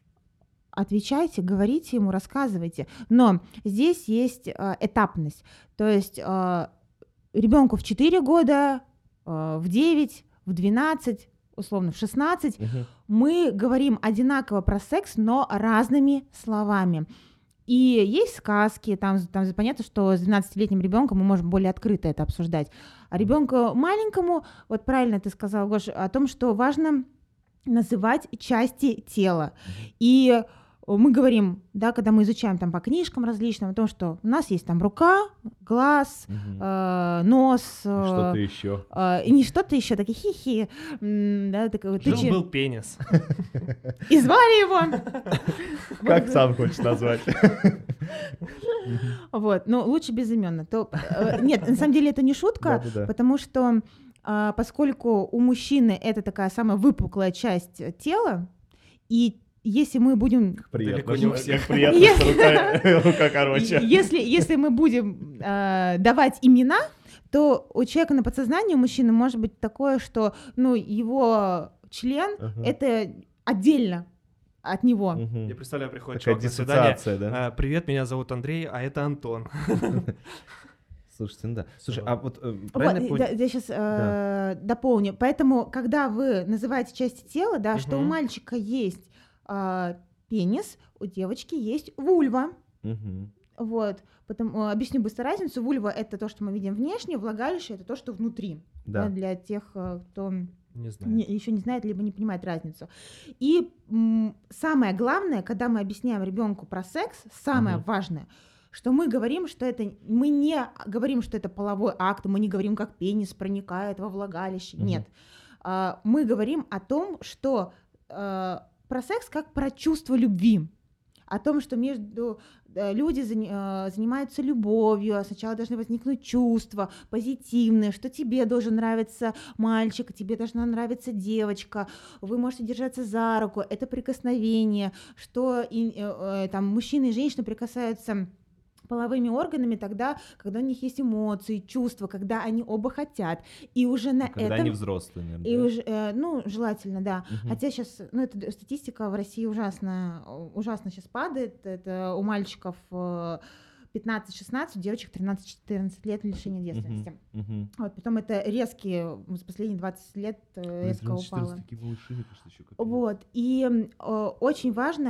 отвечайте, говорите ему, рассказывайте, но здесь есть этапность, то есть ребенку в 4 года, в 9, в 12, условно в 16 мы говорим одинаково про секс, но разными словами. И есть сказки, там понятно, что с 12-летним ребенком мы можем более открыто это обсуждать. А ребенку маленькому, вот правильно ты сказал, Гош, о том, что важно называть части тела. И мы говорим, да, когда мы изучаем там по книжкам различным, о том, что у нас есть там рука, глаз, нос. Что-то еще. И не что-то еще, такие хихи. Да, Жил-был пенис. И звали его. Как сам хочешь назвать. Вот, но лучше безыменно. Нет, на самом деле это не шутка, потому что поскольку у мужчины это такая самая выпуклая часть тела, и если мы будем... Далеко не у всех. Как приятно, что рука короче. Если мы будем давать имена, то у человека на подсознании, у мужчины, может быть такое, что ну, его член — это отдельно от него. Я представляю, приходит такая человек на свидание. да? Привет, меня зовут Андрей, а это Антон. Слушайте, ну да. Слушай, а вот правильно я понял? Я сейчас дополню. Поэтому, когда вы называете части тела, да, что у мальчика есть пенис, у девочки есть вульва. Вот. Объясню быстро разницу. Вульва — это то, что мы видим внешне, влагалище — это то, что внутри. Да, для тех, кто еще не знает, либо не понимает разницу. И самое главное, когда мы объясняем ребенку про секс, самое важное, что мы говорим, что это... Мы не говорим, что это половой акт, мы не говорим, как пенис проникает во влагалище. Нет. Мы говорим о том, что... про секс как про чувство любви, о том, что между люди занимаются любовью, а сначала должны возникнуть чувства позитивные, что тебе должен нравиться мальчик, тебе должна нравиться девочка, вы можете держаться за руку, это прикосновение, что там мужчины и женщины прикасаются половыми органами тогда, когда у них есть эмоции, чувства, когда они оба хотят. И уже на этом... Когда они взрослые, наверное. И уже, ну, желательно, да. Хотя сейчас, ну, эта статистика в России ужасно сейчас падает. Это у мальчиков 15-16, у девочек 13-14 лет лишения девственности. Вот, потом это резкие, за последние 20 лет резко упало. Такие малыши, мне кажется, еще как вот, и очень важно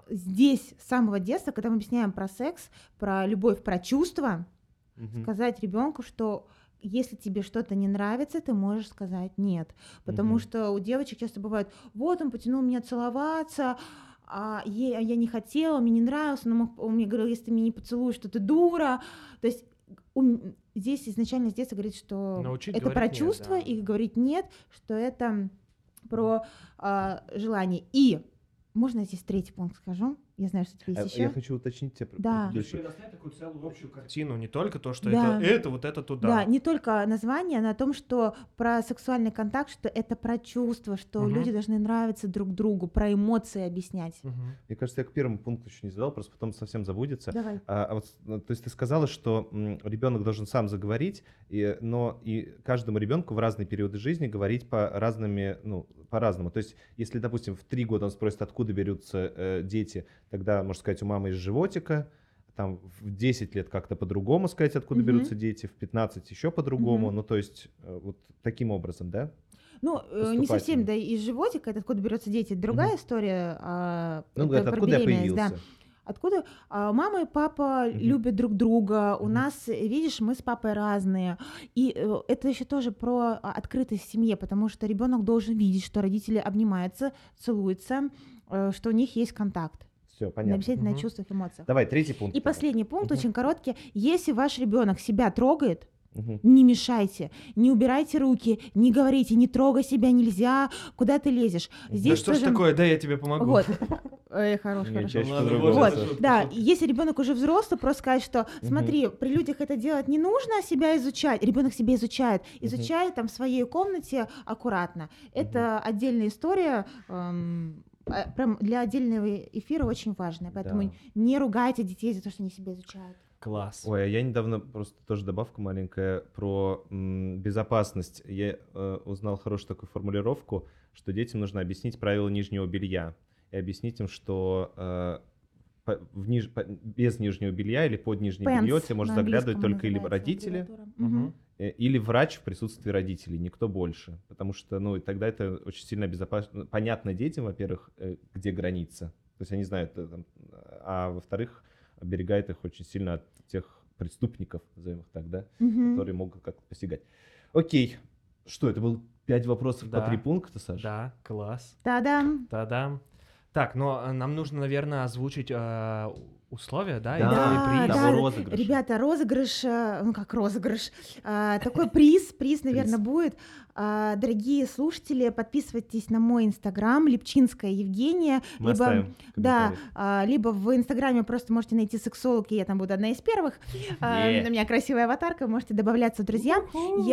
здесь с самого детства, когда мы объясняем про секс, про любовь, про чувства, Мгм. сказать ребенку, что если тебе что-то не нравится, ты можешь сказать нет. Потому Мгм. что у девочек часто бывает, вот он потянул меня целоваться, а я не хотела, мне не нравился, но он мне говорил, если ты меня не поцелуешь, что ты дура. То есть здесь изначально с детства говорит, что Научить это про говорить нет, чувства, да. и говорить нет, что это про желание. И можно я здесь третий пункт скажу? Я знаю, что тебе есть еще. Я хочу уточнить тебе Да. предыдущий. Предоставить такую целую общую картину, не только то, что Да. это вот это туда. Да, не только название, но о том, что про сексуальный контакт, что это про чувства, что Мгм. люди должны нравиться друг другу, про эмоции объяснять. Мгм. Мне кажется, я к первому пункту еще не задал, просто потом совсем забудется. Давай. То есть ты сказала, что ребенок должен сам заговорить, но и каждому ребенку в разные периоды жизни говорить по-разному. То есть, если, допустим, в 3 года он спросит, откуда берутся дети, тогда, можно сказать, у мамы из животика. Там в 10 лет как-то по-другому сказать, откуда Мгм. берутся дети, в 15 еще по-другому. Мгм. Ну, то есть, вот таким образом, да? Ну, не совсем, Поступательно. да, из животика, это откуда берется дети, это другая история. Ну, Это говорят, про откуда я беременность, появился? да. Откуда? Мама и папа Мгм. любят друг друга. У Мгм. нас, видишь, мы с папой разные. И это еще тоже про открытость в семье, потому что ребенок должен видеть, что родители обнимаются, целуются, что у них есть контакт. Все, Не понятно. обязательно на Мгм. чувствах, эмоциях. Давай, третий пункт. И последний пункт, Мгм. очень короткий. Если ваш ребенок себя трогает, Мгм. не мешайте, не убирайте руки, не говорите, не трогай себя, нельзя, куда ты лезешь. Да Здесь что ж тоже... такое, да я тебе помогу. Вот. Хорош, Не, хорошо. чаще Ладно, по-другому. вот Саша. это Да, шутка. если ребенок уже взрослый, просто сказать, что смотри, при людях это делать не нужно, себя изучать. Ребенок себя изучает там в своей комнате аккуратно. Это отдельная история. Прям для отдельного эфира очень важная. Поэтому Да. не ругайте детей за то, что они себя изучают. Класс. Ой, а я недавно просто тоже добавка маленькая про безопасность. Я узнал хорошую такую формулировку, что детям нужно объяснить правила нижнего белья. И объяснить им, что без нижнего белья или под нижнее белье тебе может на заглядывать английском только или называется родители, аббревиатура. Мгм. или врач в присутствии родителей, никто больше. Потому что, и тогда это очень сильно понятно детям, во-первых, где граница. То есть они знают, а во-вторых, оберегает их очень сильно от тех преступников, назовем их так, да, Мгм. которые могут как-то посягать. Окей. Что, это было 5 вопросов Да. по 3 пункта, Саша? Да, класс. Та-дам! Та-дам. Так, но нам нужно, наверное, озвучить условия, да? Да, и Да, приз. того да, розыгрыша. ребята, розыгрыш, ну как розыгрыш, такой приз, наверное, будет. Дорогие слушатели, подписывайтесь на мой инстаграм, Липчинская Евгения, Мы оставим в да, комментариях. либо в инстаграме просто можете найти сексолог, и я там буду одна из первых. Yeah. У меня красивая аватарка, можете добавляться в друзья.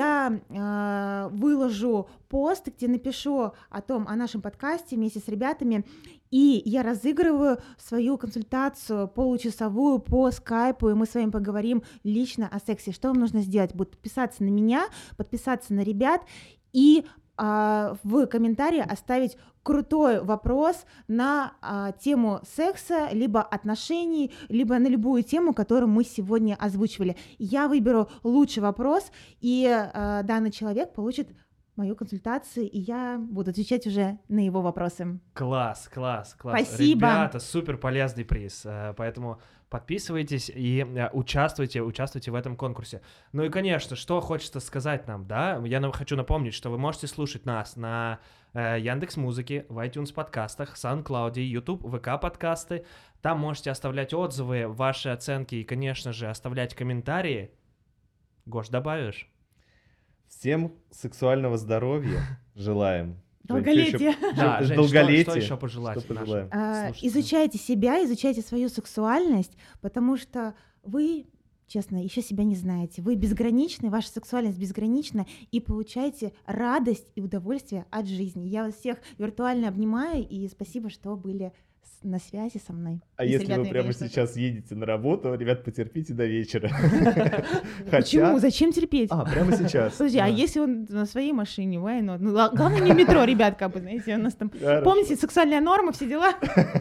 Я выложу пост, где напишу о нашем подкасте вместе с ребятами, и я разыгрываю свою консультацию получасовую по скайпу, и мы с вами поговорим лично о сексе. Что вам нужно сделать? Будет подписаться на меня, подписаться на ребят и в комментарии оставить крутой вопрос на тему секса, либо отношений, либо на любую тему, которую мы сегодня озвучивали. Я выберу лучший вопрос, и данный человек получит мою консультацию, и я буду отвечать уже на его вопросы. Класс. Спасибо. Ребята, супер полезный приз, поэтому подписывайтесь и участвуйте в этом конкурсе. Ну и, конечно, что хочется сказать нам, да? Я хочу напомнить, что вы можете слушать нас на Яндекс.Музыке, в iTunes подкастах, SoundCloud, YouTube, ВК подкасты. Там можете оставлять отзывы, ваши оценки и, конечно же, оставлять комментарии. Гош, добавишь? Всем сексуального здоровья желаем. Долголетие. Да, Жень, долголетие. что еще пожелать Что нашим пожелаем? слушателям? Изучайте себя, изучайте свою сексуальность, потому что вы, честно, еще себя не знаете. Вы безграничны, ваша сексуальность безгранична, и получаете радость и удовольствие от жизни. Я вас всех виртуально обнимаю, и спасибо, что были на связи со мной. А И с если вы ребятами, прямо конечно. сейчас едете на работу, ребят, потерпите до вечера. Почему? Зачем терпеть? Прямо сейчас. Подожди, а если он на своей машине, why not? Ну, главное, не в метро, ребят, как бы, знаете, у нас там... Хорошо. Помните, сексуальная норма, все дела?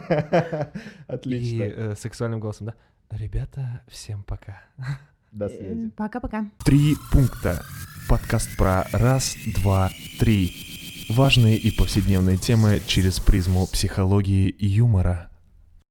Отлично. И сексуальным голосом, да? Ребята, всем пока. До связи. Пока-пока. 3 пункта. Подкаст про раз, два, три. Важные и повседневные темы через призму психологии и юмора.